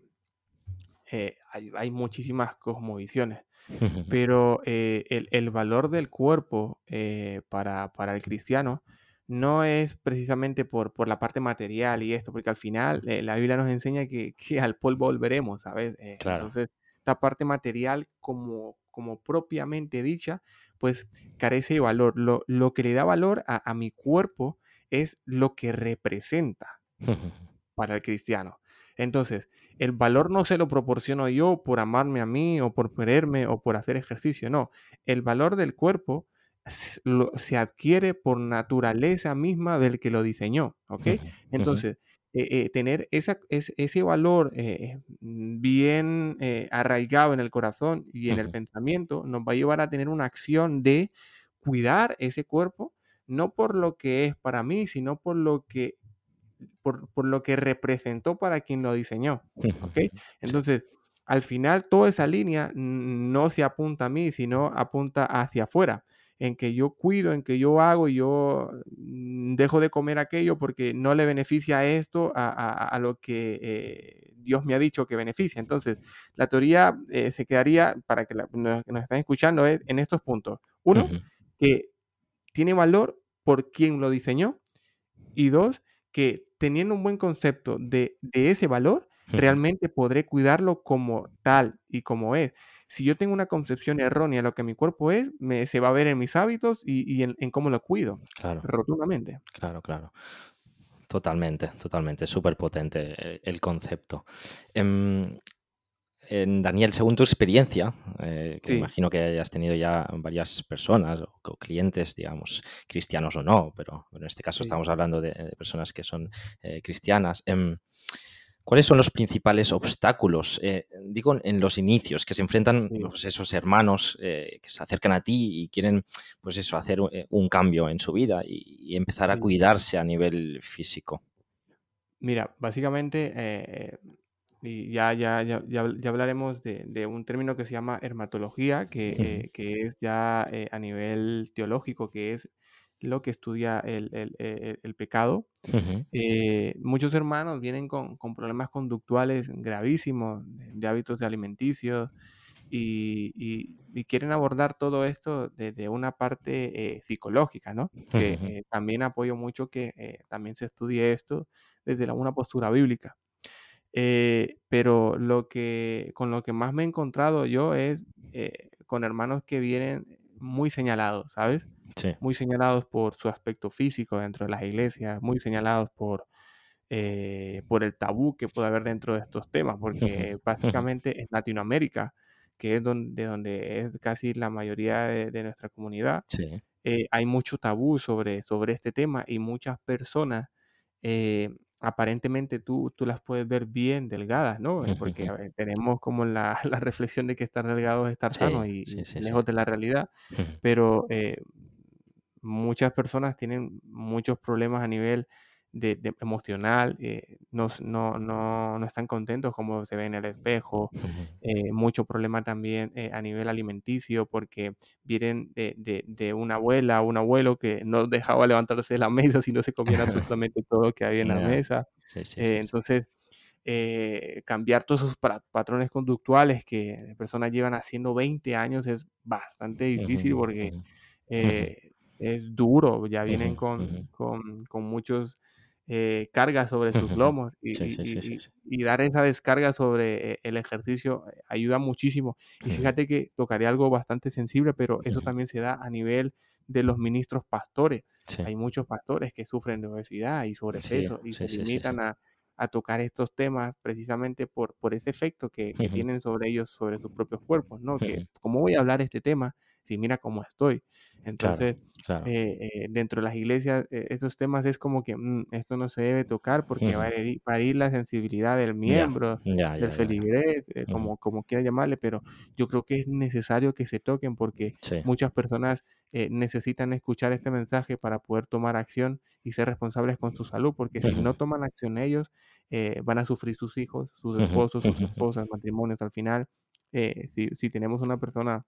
eh, hay, hay muchísimas cosmovisiones. Pero eh, el, el valor del cuerpo eh, para, para el cristiano no es precisamente por, por la parte material y esto, porque al final eh, la Biblia nos enseña que, que al polvo volveremos, ¿sabes? Eh, Claro. entonces, esta parte material como, como propiamente dicha, pues carece de valor. Lo, lo que le da valor a, a mi cuerpo es lo que representa para el cristiano. Entonces, el valor no se lo proporciono yo por amarme a mí o por quererme o por hacer ejercicio, no. El valor del cuerpo s- lo- se adquiere por naturaleza misma del que lo diseñó, ¿ok? Entonces, eh, eh, tener esa, es- ese valor eh, mm, bien eh, arraigado en el corazón y en el pensamiento nos va a llevar a tener una acción de cuidar ese cuerpo, no por lo que es para mí, sino por lo que por, por lo que representó para quien lo diseñó, ¿ok? Sí. Entonces, al final, toda esa línea no se apunta a mí, sino apunta hacia afuera, en que yo cuido, en que yo hago y yo mm, dejo de comer aquello porque no le beneficia esto a, a- a lo que eh, Dios me ha dicho que beneficia. Entonces, la teoría eh, se quedaría, para que, la- nos, que nos están escuchando, es en estos puntos. Uno, que tiene valor por quien lo diseñó, y dos, que teniendo un buen concepto de, de ese valor, realmente podré cuidarlo como tal y como es. Si yo tengo una concepción errónea de lo que mi cuerpo es, me, se va a ver en mis hábitos y, y en, en cómo lo cuido, Claro, rotundamente. claro, claro. Totalmente, totalmente. Súper potente el, el concepto. Em, en Daniel, según tu experiencia, eh, que me Sí. imagino que hayas tenido ya varias personas o, o clientes, digamos, cristianos o no, pero, pero en este caso Sí. estamos hablando de, de personas que son eh, cristianas. em, ¿Cuáles son los principales obstáculos, eh, digo, en los inicios, que se enfrentan Sí. pues, esos hermanos eh, que se acercan a ti y quieren, pues eso, hacer eh, un cambio en su vida y, y empezar a Sí. cuidarse a nivel físico? Mira, básicamente, eh, y ya, ya, ya, ya, habl- ya hablaremos de, de un término que se llama hermatología, que, Ujú, eh, que es ya eh, a nivel teológico, que es lo que estudia el, el- el- el pecado. ujú, Eh, muchos hermanos vienen con, con problemas conductuales gravísimos, de, de hábitos alimenticios, y, y- y quieren abordar todo esto desde una parte eh, psicológica, ¿no? Que ujú, eh, también apoyo mucho que eh, también se estudie esto desde la- una postura bíblica. Eh, pero lo que, con lo que más me he encontrado yo es eh, con hermanos que vienen muy señalados, ¿sabes? Sí. Muy señalados por su aspecto físico dentro de las iglesias, muy señalados por, eh, por el tabú que puede haber dentro de estos temas, Ujú, porque ujú. básicamente en Latinoamérica, que es donde, donde es casi la mayoría de, de nuestra comunidad, Sí. eh, hay mucho tabú sobre, sobre este tema y muchas personas, eh, aparentemente tú, tú las puedes ver bien delgadas, ¿no? Eh, porque Ujú. a ver, tenemos como la, la reflexión de que estar delgado es estar Sí, sano y, sí, sí, y sí. lejos de la realidad, Ujú, pero eh, muchas personas tienen muchos problemas a nivel de, de emocional, eh, no, s- no, no, no están contentos como se ve en el espejo, ujú. eh, mucho problema también eh, a nivel alimenticio porque vienen de, de, de una abuela o un abuelo que no dejaba levantarse de la mesa si no se comían absolutamente todo lo que había en la Ya. mesa. Sí, sí, Eh, sí, sí. entonces, eh, cambiar todos esos pra- patrones conductuales que personas llevan haciendo veinte años es bastante Ujú, difícil ujú, porque ujú, eh, es duro, ya ujú, vienen con, ujú, con, con muchos eh, cargas sobre sus ujú. lomos y, Sí, y- sí, sí, sí, y- y- sí. y dar esa descarga sobre eh, el ejercicio eh, ayuda muchísimo. Y Ujú, fíjate que tocaré algo bastante sensible, pero eso ujú. también se da a nivel de los ministros pastores. Sí, Hay muchos pastores que sufren de obesidad y sí, sobrepeso y sí, se sí, sí, sí. limitan a, a tocar estos temas precisamente por, por ese efecto que, que Ujú, tienen sobre ellos, sobre sus propios cuerpos, ¿no? Que, ujú. ¿cómo voy a hablar este tema si mira cómo estoy? Claro, Entonces, claro. eh, eh, dentro de las iglesias, eh, esos temas es como que "Mm, esto no se debe tocar porque va a Ujú. herir, va a herir la sensibilidad del Ya, miembro, ya, del ya, ya, ya. feligrés, eh, Ujú. como, como quiera llamarle, pero yo creo que es necesario que se toquen porque Sí. muchas personas eh, necesitan escuchar este mensaje para poder tomar acción y ser responsables con su salud, porque si Ujú, no toman acción ellos, eh, van a sufrir sus hijos, sus ujú, esposos, sus ujú. esposas, matrimonios. Al final, eh, si, si tenemos una persona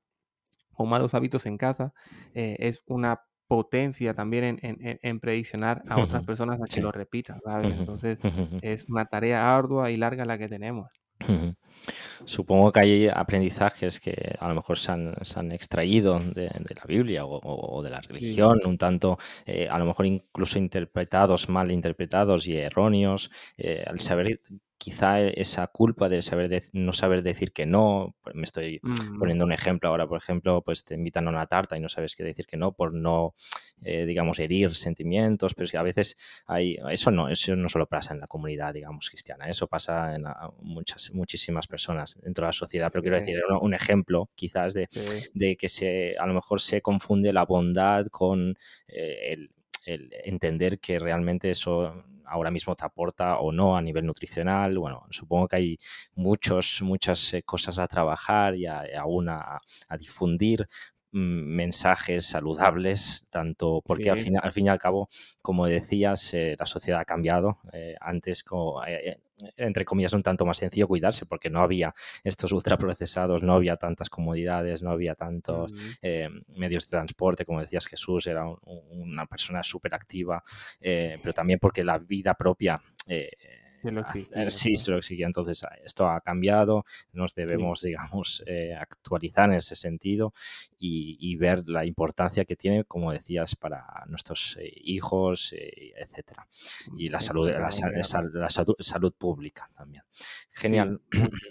o malos hábitos en casa, eh, es una potencia también en, en, en- en prediccionar a otras Ujú. personas a que Sí. lo repitan, ¿sabes? Ujú, Entonces, ujú, es una tarea ardua y larga la que tenemos. ujú. Supongo que hay aprendizajes que a lo mejor se han, se han extraído de, de la Biblia o, o- o de la Sí. religión, un tanto, eh, a lo mejor incluso interpretados, mal interpretados y erróneos, eh, al saber quizá esa culpa de saber de- no saber decir que no, pues me estoy Ujú. poniendo un ejemplo ahora, por ejemplo, pues te invitan a una tarta y no sabes qué decir que no por no, eh, digamos, herir sentimientos, pero es que a veces hay, eso no, eso no solo pasa en la comunidad, digamos, cristiana, eso pasa en a- muchas, muchísimas personas dentro de la sociedad, pero Sí, quiero decir, era un ejemplo quizás de, sí. de que se, a lo mejor se confunde la bondad con eh, el, el entender que realmente eso ahora mismo te aporta o no a nivel nutricional. Bueno, supongo que hay muchos, muchas eh, cosas a trabajar y a- y aún a, a difundir mm, mensajes saludables, tanto porque al Sí. fin, al fin y al cabo, como decías, eh, la sociedad ha cambiado. Eh, antes, como, eh, eh, entre comillas, un tanto más sencillo cuidarse porque no había estos ultraprocesados, no había tantas comodidades, no había tantos Ujú. eh, medios de transporte, como decías Jesús, era un- una persona súper activa, eh, pero también porque la vida propia... eh, Que lo hace- exigía, sí, sí. se lo exigía. Entonces, esto ha cambiado, nos Sí. debemos, digamos, eh, actualizar en ese sentido y, y ver la importancia que tiene, como decías, para nuestros eh, hijos, eh, etcétera. Y la salud, la, sa- Exactamente, Carlos. sal- la salud, salud pública también. Sí, Genial. mucho.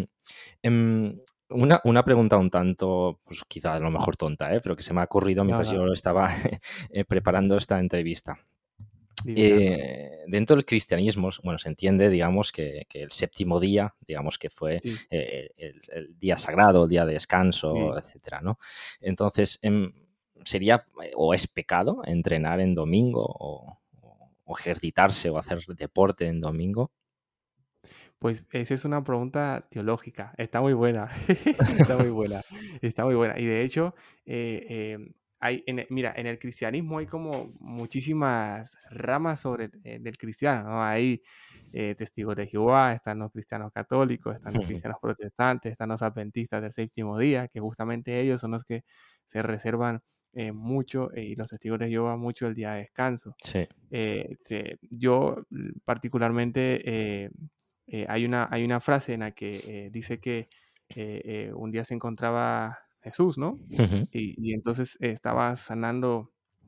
Em, una, una pregunta un tanto, pues quizá a lo mejor tonta, ¿eh? Pero que se me ha ocurrido No, mientras no, yo estaba eh, preparando esta entrevista. dime, Carlos. Eh, dentro del cristianismo, bueno, se entiende, digamos, que, que el séptimo día, digamos, que fue Sí, eh, el, el día sagrado, el día de descanso, sí. etcétera, ¿no? Entonces, em, ¿sería eh, o es pecado entrenar en domingo o, o- o ejercitarse o hacer deporte en domingo? Pues esa es una pregunta teológica. Está muy buena. Está muy buena. Está muy buena. Y de hecho, eh, em, hay, en el- mira, en el cristianismo hay como muchísimas ramas sobre eh, del cristiano, ¿no? Hay eh, testigos de Jehová, están los cristianos católicos, están los cristianos protestantes, están los adventistas del séptimo día, que justamente ellos son los que se reservan eh, mucho eh, y los testigos de Jehová mucho el día de descanso. Sí. Eh, se- yo mm, particularmente eh, eh, hay una, hay una frase en la que eh, dice que eh, eh, un día se encontraba Jesús, ¿no? Ujú. Y, y entonces eh, estaba sanando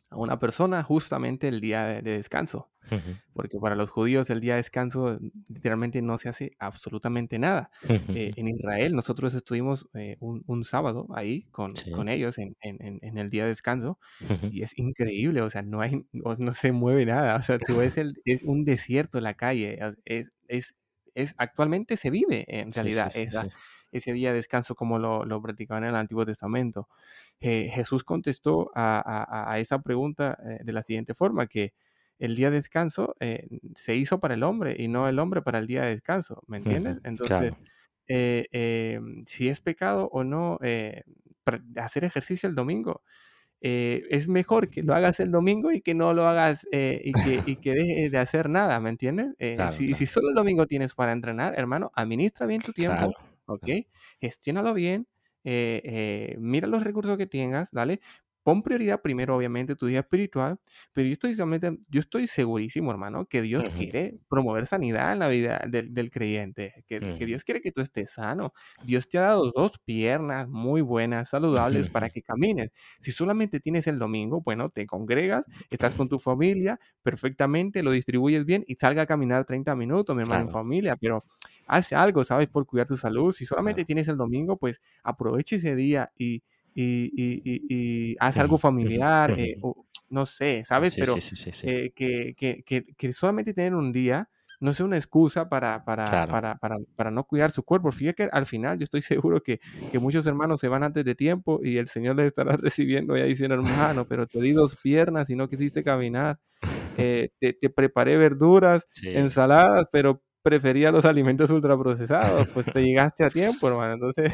a una persona justamente el día de, de descanso. Ujú, Porque para los judíos el día de descanso literalmente no se hace absolutamente nada. Eh, ujú. en Israel nosotros estuvimos eh, un, un sábado ahí con, Sí. con ellos en, en- en- en el día de descanso Ujú. y es increíble, o sea, no hay, no, no se mueve nada, o sea, tú ves el, es un desierto la calle, a- es, es, es- actualmente se vive en Sí, sí, realidad sí, esa, sí. ese día de descanso como lo, lo practicaban en el Antiguo Testamento. Eh, Jesús contestó a, a- a esa pregunta eh, de la siguiente forma, que el día de descanso eh, se hizo para el hombre y no el hombre para el día de descanso, ¿me Ujú. entiendes? Entonces, Claro. eh, em, si es pecado o no eh, pra- hacer ejercicio el domingo, eh, es mejor que lo hagas el domingo y que no lo hagas eh, y, que, y que dejes de hacer nada, ¿me entiendes? Eh, Claro, si, si claro. solo el domingo tienes para entrenar, hermano, administra bien tu Claro, tiempo, ¿ok? claro. Gestiónalo bien, eh, eh, mira los recursos que tengas, ¿dale? Pon prioridad primero, obviamente, tu vida espiritual, pero yo estoy, solamente- yo estoy segurísimo, hermano, que Dios Ujú, quiere promover sanidad en la vida del, del creyente, que, que ujú, Dios quiere que tú estés sano. Dios te ha dado dos piernas muy buenas, saludables, ujú. para que camines. Si solamente tienes el domingo, bueno, te congregas, estás con tu familia perfectamente, lo distribuyes bien y salga a caminar treinta minutos, mi hermano, en Claro, familia, pero haz algo, ¿sabes? Por cuidar tu salud. Si solamente claro. tienes el domingo, pues aprovecha ese día y, y, y, y- y haz Ujú, algo ujú, familiar, eh, ujú. o no sé, ¿sabes? Sí, sí, Pero sí, sí, sí. eh, que, que, que, que solamente tener un día no sea una excusa para, para, Claro. para, para, para no cuidar su cuerpo. Fíjate que al final yo estoy seguro que, que muchos hermanos se van antes de tiempo y el Señor les estará recibiendo y ahí diciendo, hermano, pero te di dos piernas y no quisiste caminar. Eh, te, te preparé verduras, Sí. ensaladas, pero prefería los alimentos ultraprocesados, pues te llegaste a tiempo, hermano. Entonces,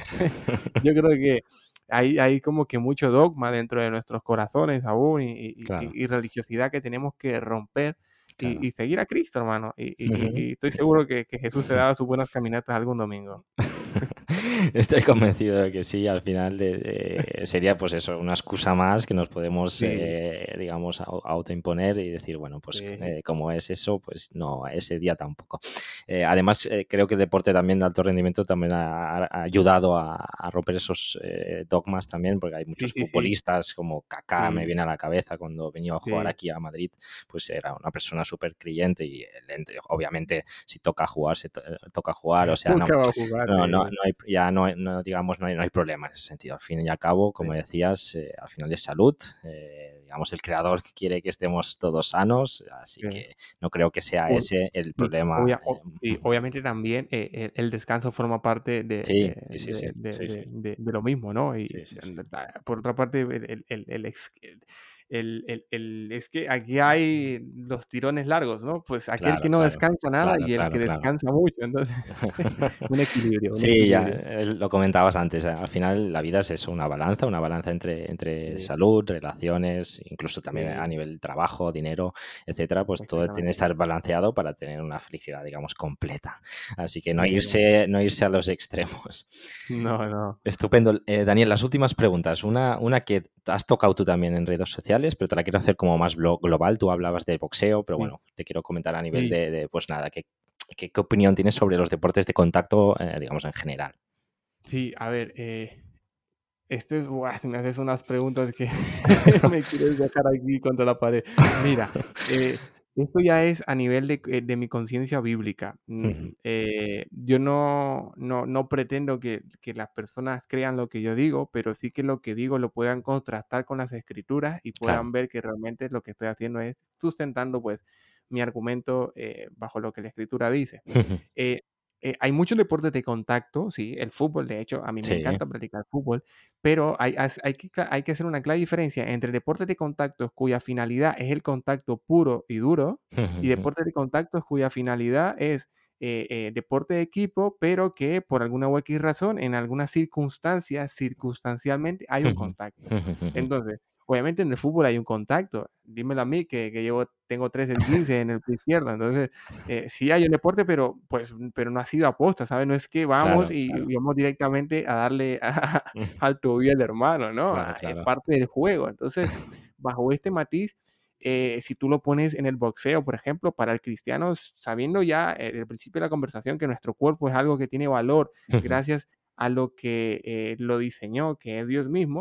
yo creo que hay, hay como que mucho dogma dentro de nuestros corazones aún y, y- Claro, y- y religiosidad que tenemos que romper y, claro. y seguir a Cristo, hermano. Y, y- Ujú. y- y estoy seguro que, que Jesús se daba sus buenas caminatas algún domingo. Estoy convencido de que sí, al final de- de- sería pues eso, una excusa más que nos podemos, Sí, eh, digamos, au- autoimponer y decir, bueno, pues sí, eh, como es eso, pues no, ese día tampoco. Eh, además, eh, creo que el deporte también de alto rendimiento también ha, ha ayudado a, a romper esos eh, dogmas también, porque hay sí, muchos sí, sí, futbolistas como Kaká, me sí, viene a la cabeza cuando venía a jugar sí. aquí a Madrid, pues era una persona súper creyente y él, entre- obviamente si toca jugar, se to- toca jugar, o sea, no, Nunca va a jugar, no, no, sí. no hay, ya no, no, digamos, no hay, no hay problema en ese sentido. Al fin y al cabo, como Sí. decías, eh, al final es salud. eh, digamos, el creador quiere que estemos todos sanos, así Sí. que no creo que sea O- ese el y problema. obvia- eh, o- y obviamente también eh, el, el descanso forma parte de, sí, de- sí, sí, sí, de- de- sí, sí, de- de- de lo mismo, ¿no? Y sí, sí, sí. mm, ah, por otra parte, el, el- el- el ex- el- el- el- es que aquí hay los tirones largos, ¿no? Pues aquel Claro, que no claro, descansa nada claro, y el claro, que claro. descansa mucho. Entonces, un equilibrio, un Sí, ya equilibrio. eh, lo comentabas antes. eh, Al final la vida es eso, una balanza, una balanza entre, entre Sí, salud, relaciones, incluso también a sí, nivel trabajo, dinero, etcétera. Pues todo tiene que exactamente. estar balanceado para tener una felicidad, digamos, completa. Así que no Sí, irse, no irse a los extremos. no, no. Estupendo. Eh, Daniel, las últimas preguntas. Una, una que has tocado tú también en redes sociales, pero te la quiero hacer como más glo- global. Tú hablabas de boxeo, pero Sí, bueno, te quiero comentar a nivel sí, de, de, pues nada, ¿qué, qué, qué opinión tienes sobre los deportes de contacto, eh, digamos, en general? sí, a ver, eh, esto es, buah, me haces unas preguntas que me quieres dejar aquí contra la pared. Mira, eh, esto ya es a nivel de, eh, de mi conciencia bíblica. Mm, Ujú. eh, yo no, no, no pretendo que, que las personas crean lo que yo digo, pero sí que lo que digo lo puedan contrastar con las escrituras y Claro. puedan ver que realmente lo que estoy haciendo es sustentando pues mi argumento eh, bajo lo que la escritura dice. Ujú. Eh, eh, hay muchos deportes de contacto, sí, el fútbol, de hecho, a mí me Sí. encanta practicar fútbol, pero hay, has- hay que, cla- hay que hacer una clara diferencia entre deportes de contacto cuya finalidad es el contacto puro y duro y Ujú. deportes de contacto cuya finalidad es eh, eh, deporte de equipo, pero que por alguna u X razón, en algunas circunstancias, circunstancialmente, hay un Ujú. contacto. Ujú. Entonces, obviamente en el fútbol hay un contacto. Dímelo a mí, que, que llevo, tengo tres del quince en el pie izquierdo. Entonces, eh, sí hay un deporte, pero, pues, pero no ha sido aposta, ¿sabes? No es que vamos Claro, y, claro. y vamos directamente a darle a- Ujú. al tobillo del hermano, ¿no? Claro, Ah, es claro. parte del juego. Entonces, bajo este matiz, eh, si tú lo pones en el boxeo, por ejemplo, para el cristiano, sabiendo ya eh, el principio de la conversación que nuestro cuerpo es algo que tiene valor Ujú. gracias a lo que eh, lo diseñó, que es Dios mismo,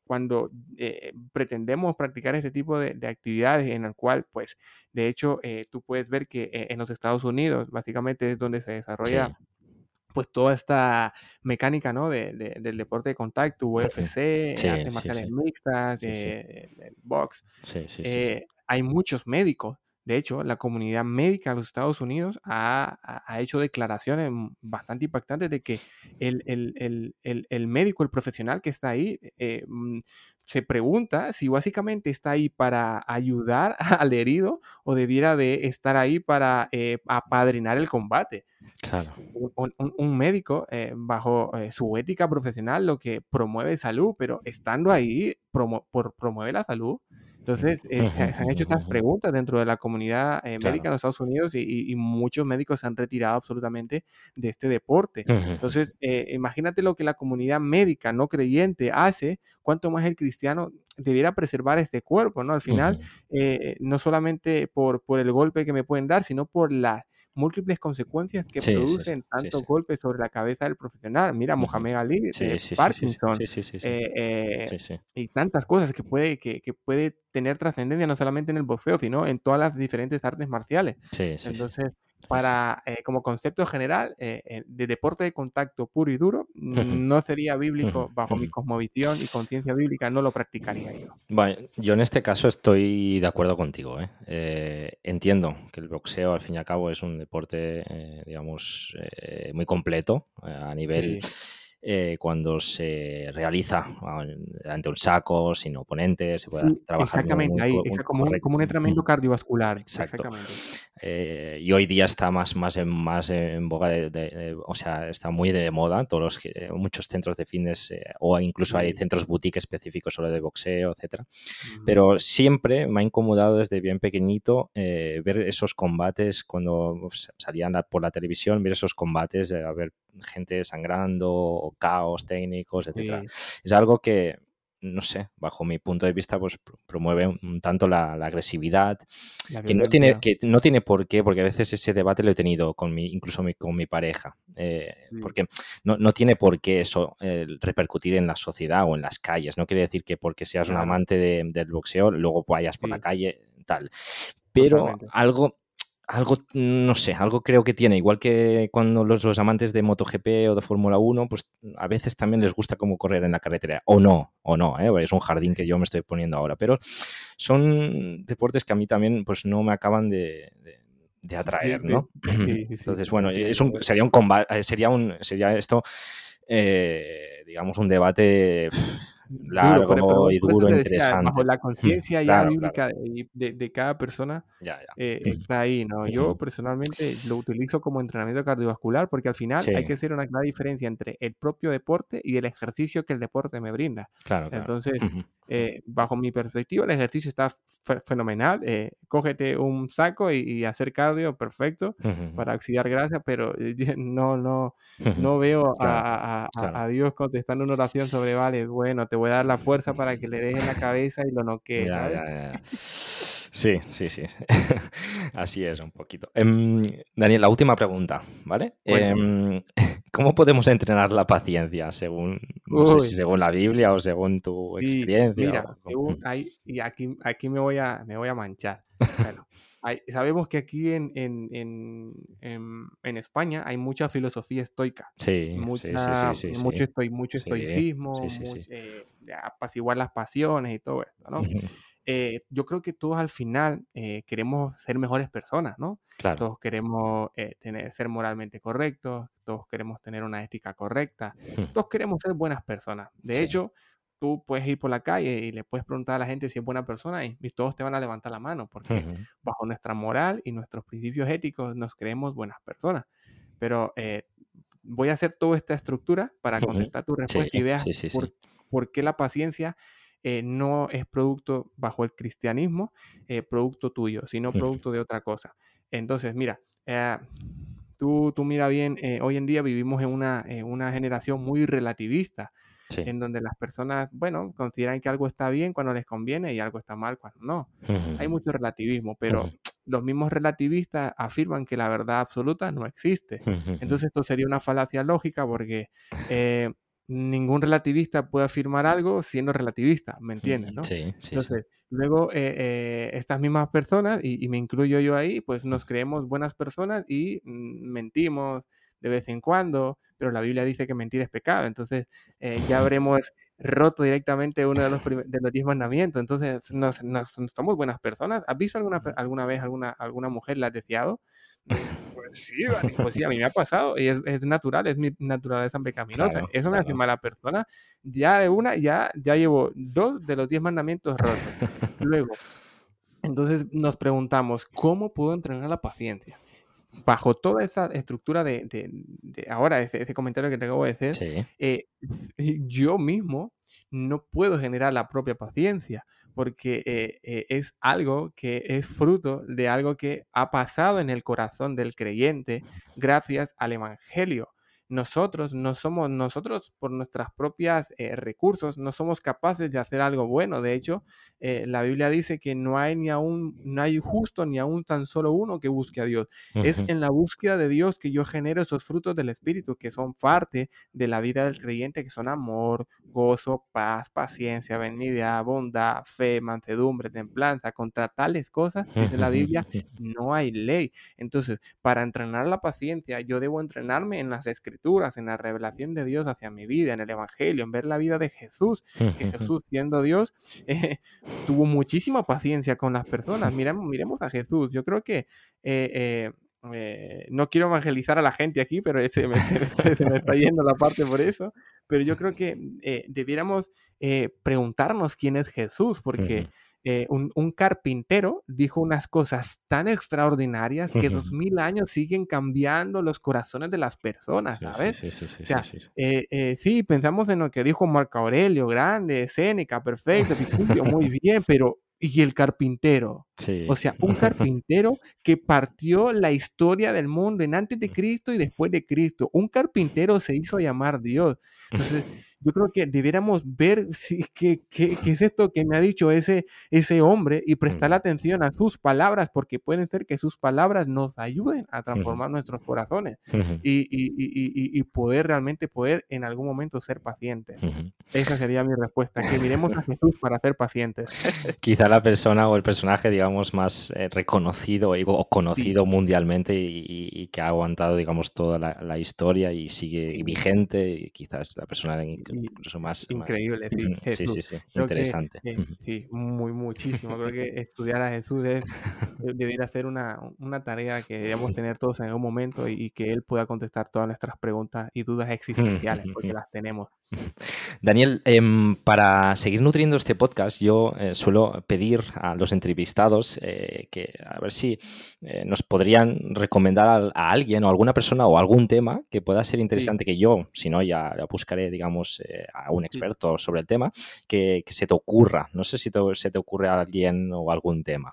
cuando eh, pretendemos practicar este tipo de, de actividades en el cual, pues, de hecho, eh, tú puedes ver que eh, en los Estados Unidos, básicamente es donde se Sí. desarrolla pues toda esta mecánica, ¿no? De, de- del deporte de contacto, U F C, eh, Sí, artes sí, marciales sí. mixtas, Sí, sí. eh, el, el box. Sí, sí, sí, sí. eh, Hay muchos médicos. De hecho, la comunidad médica de los Estados Unidos ha, ha- ha hecho declaraciones mm, bastante impactantes de que el, el- el- el- el médico, el profesional que está ahí, eh, mm, se pregunta si básicamente está ahí para ayudar al herido o debiera de estar ahí para eh, apadrinar el combate. Claro. Un, un- un médico, eh, bajo eh, su ética profesional, lo que promueve salud, pero estando ahí, promo- por, promueve la salud. Entonces, eh, Ujú, se, se han ujú, hecho estas ujú. preguntas dentro de la comunidad eh, médica Claro. en los Estados Unidos y, y- y muchos médicos se han retirado absolutamente de este deporte. Ujú, ujú. Entonces, eh, imagínate lo que la comunidad médica no creyente hace, cuánto más el cristiano debiera preservar este cuerpo, ¿no? Al final, Ujú. eh, no solamente por, por el golpe que me pueden dar, sino por la múltiples consecuencias que Sí, sí, sí, producen sí, tantos sí. golpes sobre la cabeza del profesional. Mira, Ujú. Mohamed Ali, Sí, eh, sí, sí, sí, sí. Parkinson, Sí, sí, sí, sí. eh, eh, Sí, sí. y tantas cosas que puede, que, que puede tener trascendencia no solamente en el boxeo, sino en todas las diferentes artes marciales. Sí, sí, sí. Entonces, Sí, sí. para, eh, como concepto general, eh, eh, de deporte de contacto puro y duro, Ujú, no sería ujú, bíblico bajo mi ujú. cosmovisión y conciencia bíblica, no lo practicaría yo. Bueno, yo en este caso estoy de acuerdo contigo, ¿eh? Eh, entiendo que el boxeo, al fin y al cabo, es un deporte, eh, digamos, eh, muy completo eh, a nivel Sí, eh, cuando se realiza ah, ante un saco, sin oponentes, se puede sí, trabajar muy, exactamente, muy, ahí, co- muy exa- como un, como correcto. un entrenamiento cardiovascular, Exacto. exactamente. Eh, y hoy día está más, más, en, más en boga, de, de- de- o sea, está muy de moda. Todos los, que- muchos centros de fitness eh, o incluso hay Sí. centros boutique específicos solo de boxeo, etcétera. Ujú. Pero siempre me ha incomodado desde bien pequeñito eh, ver esos combates cuando uf, salían la- por la televisión, ver esos combates, eh, a ver gente sangrando, o caos técnicos, etcétera. Sí, Es algo que, no sé, bajo mi punto de vista, pues pr- promueve un, un tanto la, la agresividad, la que no tiene, violencia. que no tiene por qué, porque a veces ese debate lo he tenido con mi, incluso mi- con mi pareja, eh, Sí, porque no, no tiene por qué eso eh, repercutir en la sociedad o en las calles. No quiere decir que porque seas un claro, amante de- del boxeo, luego vayas por la sí, calle, tal. Pero totalmente. algo, algo, no sé, algo creo que tiene, igual que cuando los, los amantes de MotoGP o de Fórmula uno, pues a veces también les gusta como correr en la carretera, o no, o no, ¿eh? Es un jardín que yo me estoy poniendo ahora, pero son deportes que a mí también pues no me acaban de, de- de De, atraer, de- ¿no? sí, sí, sí, Entonces, te bueno, es entiendo. un, sería un combate, sería un, sería esto, eh, digamos, un debate pf, Duro, pero, pero largo bueno, y por eso duro, te decía, bajo interesante. la conciencia ya Claro, claro, bíblica de, de- de cada persona, ya, ya. eh, está ahí, ¿no? Yo personalmente lo utilizo como entrenamiento cardiovascular porque al final Sí, hay que hacer una clara diferencia entre el propio deporte y el ejercicio que el deporte me brinda. claro, claro. Entonces, eh, bajo mi perspectiva, el ejercicio está fe- fenomenal. Eh, cógete un saco y, y hacer cardio, perfecto, para oxidar grasa, pero eh, no, no, no veo Claro, a, a- a- claro. a Dios contestando una oración sobre, vale, bueno, te voy a dar la fuerza para que le des en la cabeza y lo noquees, Ya, ¿sabes? ya, ya. Sí, sí, sí. Así es, un poquito. Em, Daniel, la última pregunta, ¿vale? Cuéntame. Em, ¿cómo podemos entrenar la paciencia según, no sé si Uy, según la Biblia o según tu sí, experiencia? mira, O cómo? según hay, y aquí, aquí me voy a, me voy a manchar. Bueno, hay- sabemos que aquí en, en, en, en, en España hay mucha filosofía estoica, Sí, sí, sí, sí, mucha, sí, mucho, sí. estoi- mucho Sí, estoicismo, sí, sí, sí. much- eh, de apaciguar las pasiones y todo esto, ¿no? Ujú. Eh, yo creo que todos al final eh, queremos ser mejores personas, ¿no? Claro. Todos queremos eh, tener, ser moralmente correctos, todos queremos tener una ética correcta, Ujú. todos queremos ser buenas personas. De Sí. hecho, tú puedes ir por la calle y le puedes preguntar a la gente si es buena persona y, y todos te van a levantar la mano, porque Ujú. bajo nuestra moral y nuestros principios éticos nos creemos buenas personas. Pero eh, voy a hacer toda esta estructura para Ujú. contestar tu Sí, respuesta y veas sí, sí, sí. por, por qué la paciencia eh, no es producto bajo el cristianismo, eh, producto tuyo, sino Ujú. producto de otra cosa. Entonces, mira, eh, tú, tú mira bien, eh, hoy en día vivimos en una, en una generación muy relativista, Sí. en donde las personas, bueno, consideran que algo está bien cuando les conviene y algo está mal cuando no. Hay Ujú. mucho relativismo, pero Ujú. los mismos relativistas afirman que la verdad absoluta no existe. Ujú. Entonces esto sería una falacia lógica porque eh, ningún relativista puede afirmar algo siendo relativista, ¿me entiendes, Mm, no? sí, sí, sí. Entonces, luego, eh, eh, estas mismas personas, y y me incluyo yo ahí, pues nos creemos buenas personas y, mm, mentimos de vez en cuando, pero la Biblia dice que mentir es pecado. Entonces, eh, ya habremos roto directamente uno de los prime de los diez mandamientos. Entonces, nos nos somos buenas personas. ¿Has visto alguna pe alguna vez alguna alguna mujer la has deseado? Mm, pues sí, Dani, pues sí, a mí me ha pasado y es es natural, es mi naturaleza pecaminosa. Claro, ¿Eso me hace claro. mala persona? Ya de una, ya ya llevo dos de los diez mandamientos rotos. Luego, entonces nos preguntamos, ¿cómo puedo entrenar la paciencia? Bajo toda esa estructura de de de ahora, ese ese comentario que te acabo de hacer, Sí. eh, yo mismo no puedo generar la propia paciencia, porque, eh eh, es algo que es fruto de algo que ha pasado en el corazón del creyente gracias al evangelio. Nosotros no somos nosotros por nuestras propias, eh, recursos, no somos capaces de hacer algo bueno. De hecho, eh, la Biblia dice que no hay ni aún no hay justo ni aún tan solo uno que busque a Dios. Es Ujú. en la búsqueda de Dios que yo genero esos frutos del Espíritu, que son parte de la vida del creyente, que son amor, gozo, paz, paciencia, benignidad, bondad, fe, mansedumbre, templanza. Contra tales cosas, dice la Biblia, no hay ley. Entonces, para entrenar la paciencia, yo debo entrenarme en las Escrituras, en la revelación de Dios hacia mi vida, en el Evangelio, en ver la vida de Jesús, que Jesús, siendo Dios, eh, tuvo muchísima paciencia con las personas. Miremos, miremos a Jesús. Yo creo que eh, eh, eh, no quiero evangelizar a la gente aquí, pero se me, se me está, se me está yendo la parte por eso. Pero yo creo que eh, debiéramos eh, preguntarnos quién es Jesús, porque eh, un, un carpintero dijo unas cosas tan extraordinarias que dos mil años siguen cambiando los corazones de las personas, Sí, sí, ¿sabes? sí, sí, sí, O sí, sea, sí, sí. eh, eh, sí, pensamos en lo que dijo Marco Aurelio, grande, Séneca, perfecto, Viculio, muy bien, pero ¿y el carpintero? Sí. O sea, un carpintero que partió la historia del mundo en antes de Cristo y después de Cristo. Un carpintero se hizo llamar Dios. Entonces, yo creo que debiéramos ver si qué qué qué es esto que me ha dicho ese ese hombre y prestarle Ujú, atención a sus palabras, porque pueden ser que sus palabras nos ayuden a ujú, transformar nuestros corazones ujú, y y y y y poder realmente poder en algún momento ser pacientes. ujú. Esa sería mi respuesta, que miremos a Jesús para ser pacientes. Quizá la persona o el personaje, digamos, más eh, reconocido y- o Sí, conocido mundialmente y, y- y que ha aguantado, digamos, toda la, la historia y sigue sí. vigente, y quizás la persona in- Y incluso es más, más... increíble, sí, Ujú, sí, Jesús. sí, sí, Creo que, interesante. eh, Ujú. sí, muy, muchísimo. Creo que estudiar a Jesús es, eh, debería ser una, una tarea que debemos tener todos en algún momento y, y que Él pueda contestar todas nuestras preguntas y dudas existenciales, porque las tenemos. Daniel, em, para seguir nutriendo este podcast, yo eh, suelo pedir a los entrevistados eh, que a ver si eh, nos podrían recomendar a, a alguien o alguna persona o algún tema que pueda ser Sí, interesante, que yo, si no, ya, ya buscaré, digamos, eh, a un sí. experto sobre el tema, que, que se te ocurra. No sé si te- se te ocurre a alguien o algún tema.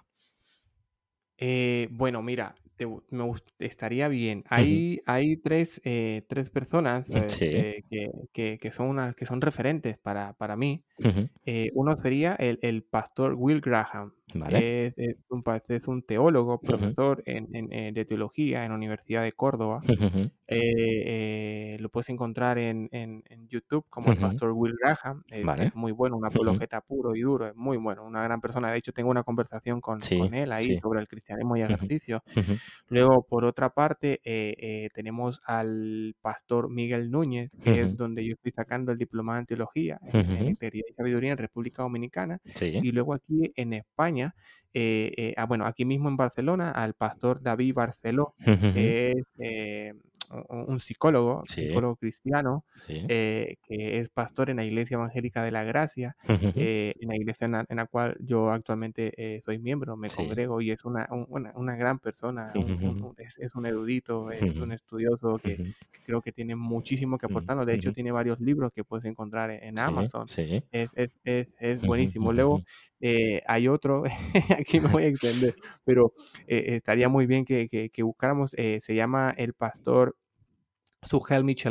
Eh, bueno, mira, te gu- me gust- estaría bien. Ujú. Hay, hay tres, eh, tres personas eh, Sí. eh, que, que, que son unas, que son referentes para, para mí. Ujú. Eh, uno sería el, el pastor Will Graham. Vale. Es, es un, pa- es un teólogo, Ujú. profesor en, en, eh, de teología en la Universidad de Córdoba. Ujú. Eh, eh, lo puedes encontrar en, en, en YouTube como el Ujú. pastor Will Graham. Es, Vale. es muy bueno, un Ujú. apologeta puro y duro, es muy bueno, una gran persona. De hecho, tengo una conversación con, Sí, con él ahí sí. sobre el cristianismo y Ujú. ejercicio. Ujú. Luego, por otra parte, eh, eh, tenemos al pastor Miguel Núñez, que es Ujú. donde yo estoy sacando el diplomado en teología, en, en Ujú. integridad y sabiduría en República Dominicana. Sí. Y luego aquí en España, eh, eh, ah, bueno, aquí mismo en Barcelona, al pastor David Barceló, Ujú. que es eh, un un psicólogo, Sí, psicólogo cristiano, sí. eh, que es pastor en la Iglesia Evangélica de la Gracia, Ujú. eh, en la iglesia en la, en la cual yo actualmente eh, soy miembro, me Sí. congrego y es una, un- una, una gran persona, un- un- Ujú. un- es, es un erudito, es Ujú. un estudioso que, Ujú. que creo que tiene muchísimo que Mm, aportarnos. De hecho, ujú. tiene varios libros que puedes encontrar en, en Sí, Amazon. sí. Es, es, es, es Ujú, buenísimo. ujú, Luego ujú. eh, hay otro, aquí me voy a extender, pero eh, estaría muy bien que, que, que buscáramos, eh, se llama el pastor Sujel Michelén.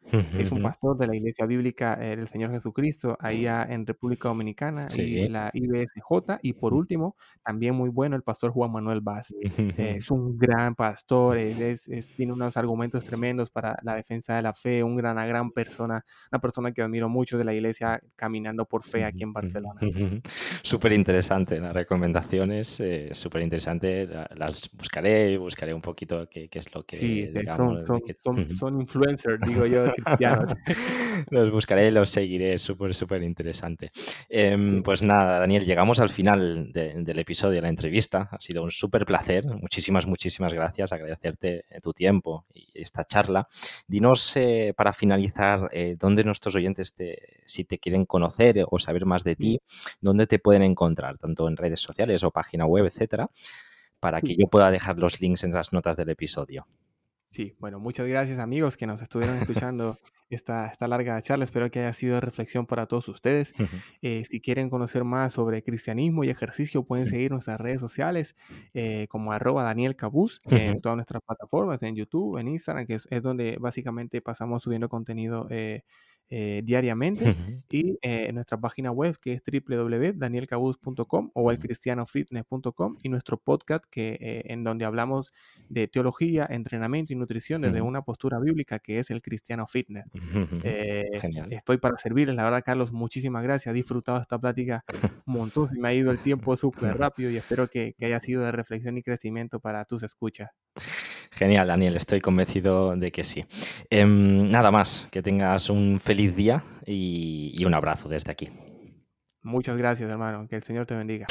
Es un Ujú. pastor de la Iglesia Bíblica eh, del Señor Jesucristo, allá en República Dominicana, y Sí. la I B S J. Y por último, también muy bueno, el pastor Juan Manuel Vaz. Eh, es un gran pastor, es, es- es- tiene unos argumentos tremendos para la defensa de la fe, un gran, una gran persona, una persona que admiro mucho de la iglesia caminando por fe aquí en Barcelona. Súper interesante las recomendaciones, eh, súper interesante. la- Las buscaré, buscaré un poquito qué, qué es lo Sí, que, eh, son, digamos, de son, qué. son, son influencers, digo yo, cristianos. Los buscaré y los seguiré, súper, súper interesante. Em, Sí, pues nada, Daniel, llegamos al final de- del episodio de la entrevista. Ha sido un súper placer. Muchísimas, muchísimas gracias. Agradecerte tu tiempo y esta charla. Dinos, eh, para finalizar, eh, dónde nuestros oyentes, te, si te quieren conocer o saber más de sí, ti, dónde te pueden encontrar, tanto en redes sociales o página web, etcétera, para que sí. yo pueda dejar los links en las notas del episodio. Sí, bueno, muchas gracias amigos que nos estuvieron escuchando esta, esta larga charla. Espero que haya sido de reflexión para todos ustedes. Eh, si quieren conocer más sobre cristianismo y ejercicio, pueden seguir nuestras redes sociales eh, como arroba Daniel Cabuz en todas nuestras plataformas, en YouTube, en Instagram, que es, es donde básicamente pasamos subiendo contenido eh, eh, diariamente. Y eh, en nuestra página web que es w w w punto daniel cabuz punto com o el cristiano fitness punto com, y nuestro podcast que, eh, en donde hablamos de teología, entrenamiento y nutrición desde una postura bíblica que es el Cristiano Fitness. Eh, Genial. estoy para servirles, la verdad, Carlos, muchísimas gracias. He disfrutado esta plática un montón, se me ha ido el tiempo súper rápido y espero que, que haya sido de reflexión y crecimiento para tus escuchas. Genial, Daniel, estoy convencido de que sí. Em, nada más, que tengas un feliz día y, y un abrazo desde aquí. Muchas gracias, hermano. Que el Señor te bendiga.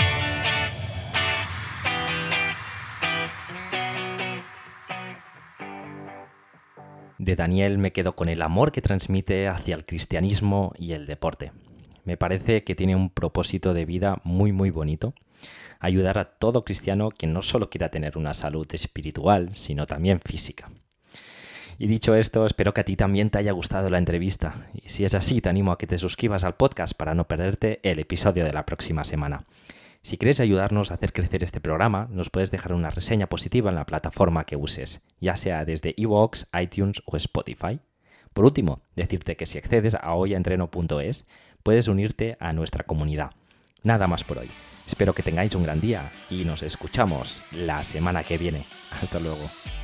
De Daniel me quedo con el amor que transmite hacia el cristianismo y el deporte. Me parece que tiene un propósito de vida muy muy bonito: ayudar a todo cristiano que no solo quiera tener una salud espiritual, sino también física. Y dicho esto, espero que a ti también te haya gustado la entrevista. Y si es así, te animo a que te suscribas al podcast para no perderte el episodio de la próxima semana. Si quieres ayudarnos a hacer crecer este programa, nos puedes dejar una reseña positiva en la plataforma que uses, ya sea desde iVoox, iTunes o Spotify. Por último, decirte que si accedes a hoyentreno punto es, puedes unirte a nuestra comunidad. Nada más por hoy. Espero que tengáis un gran día y nos escuchamos la semana que viene. Hasta luego.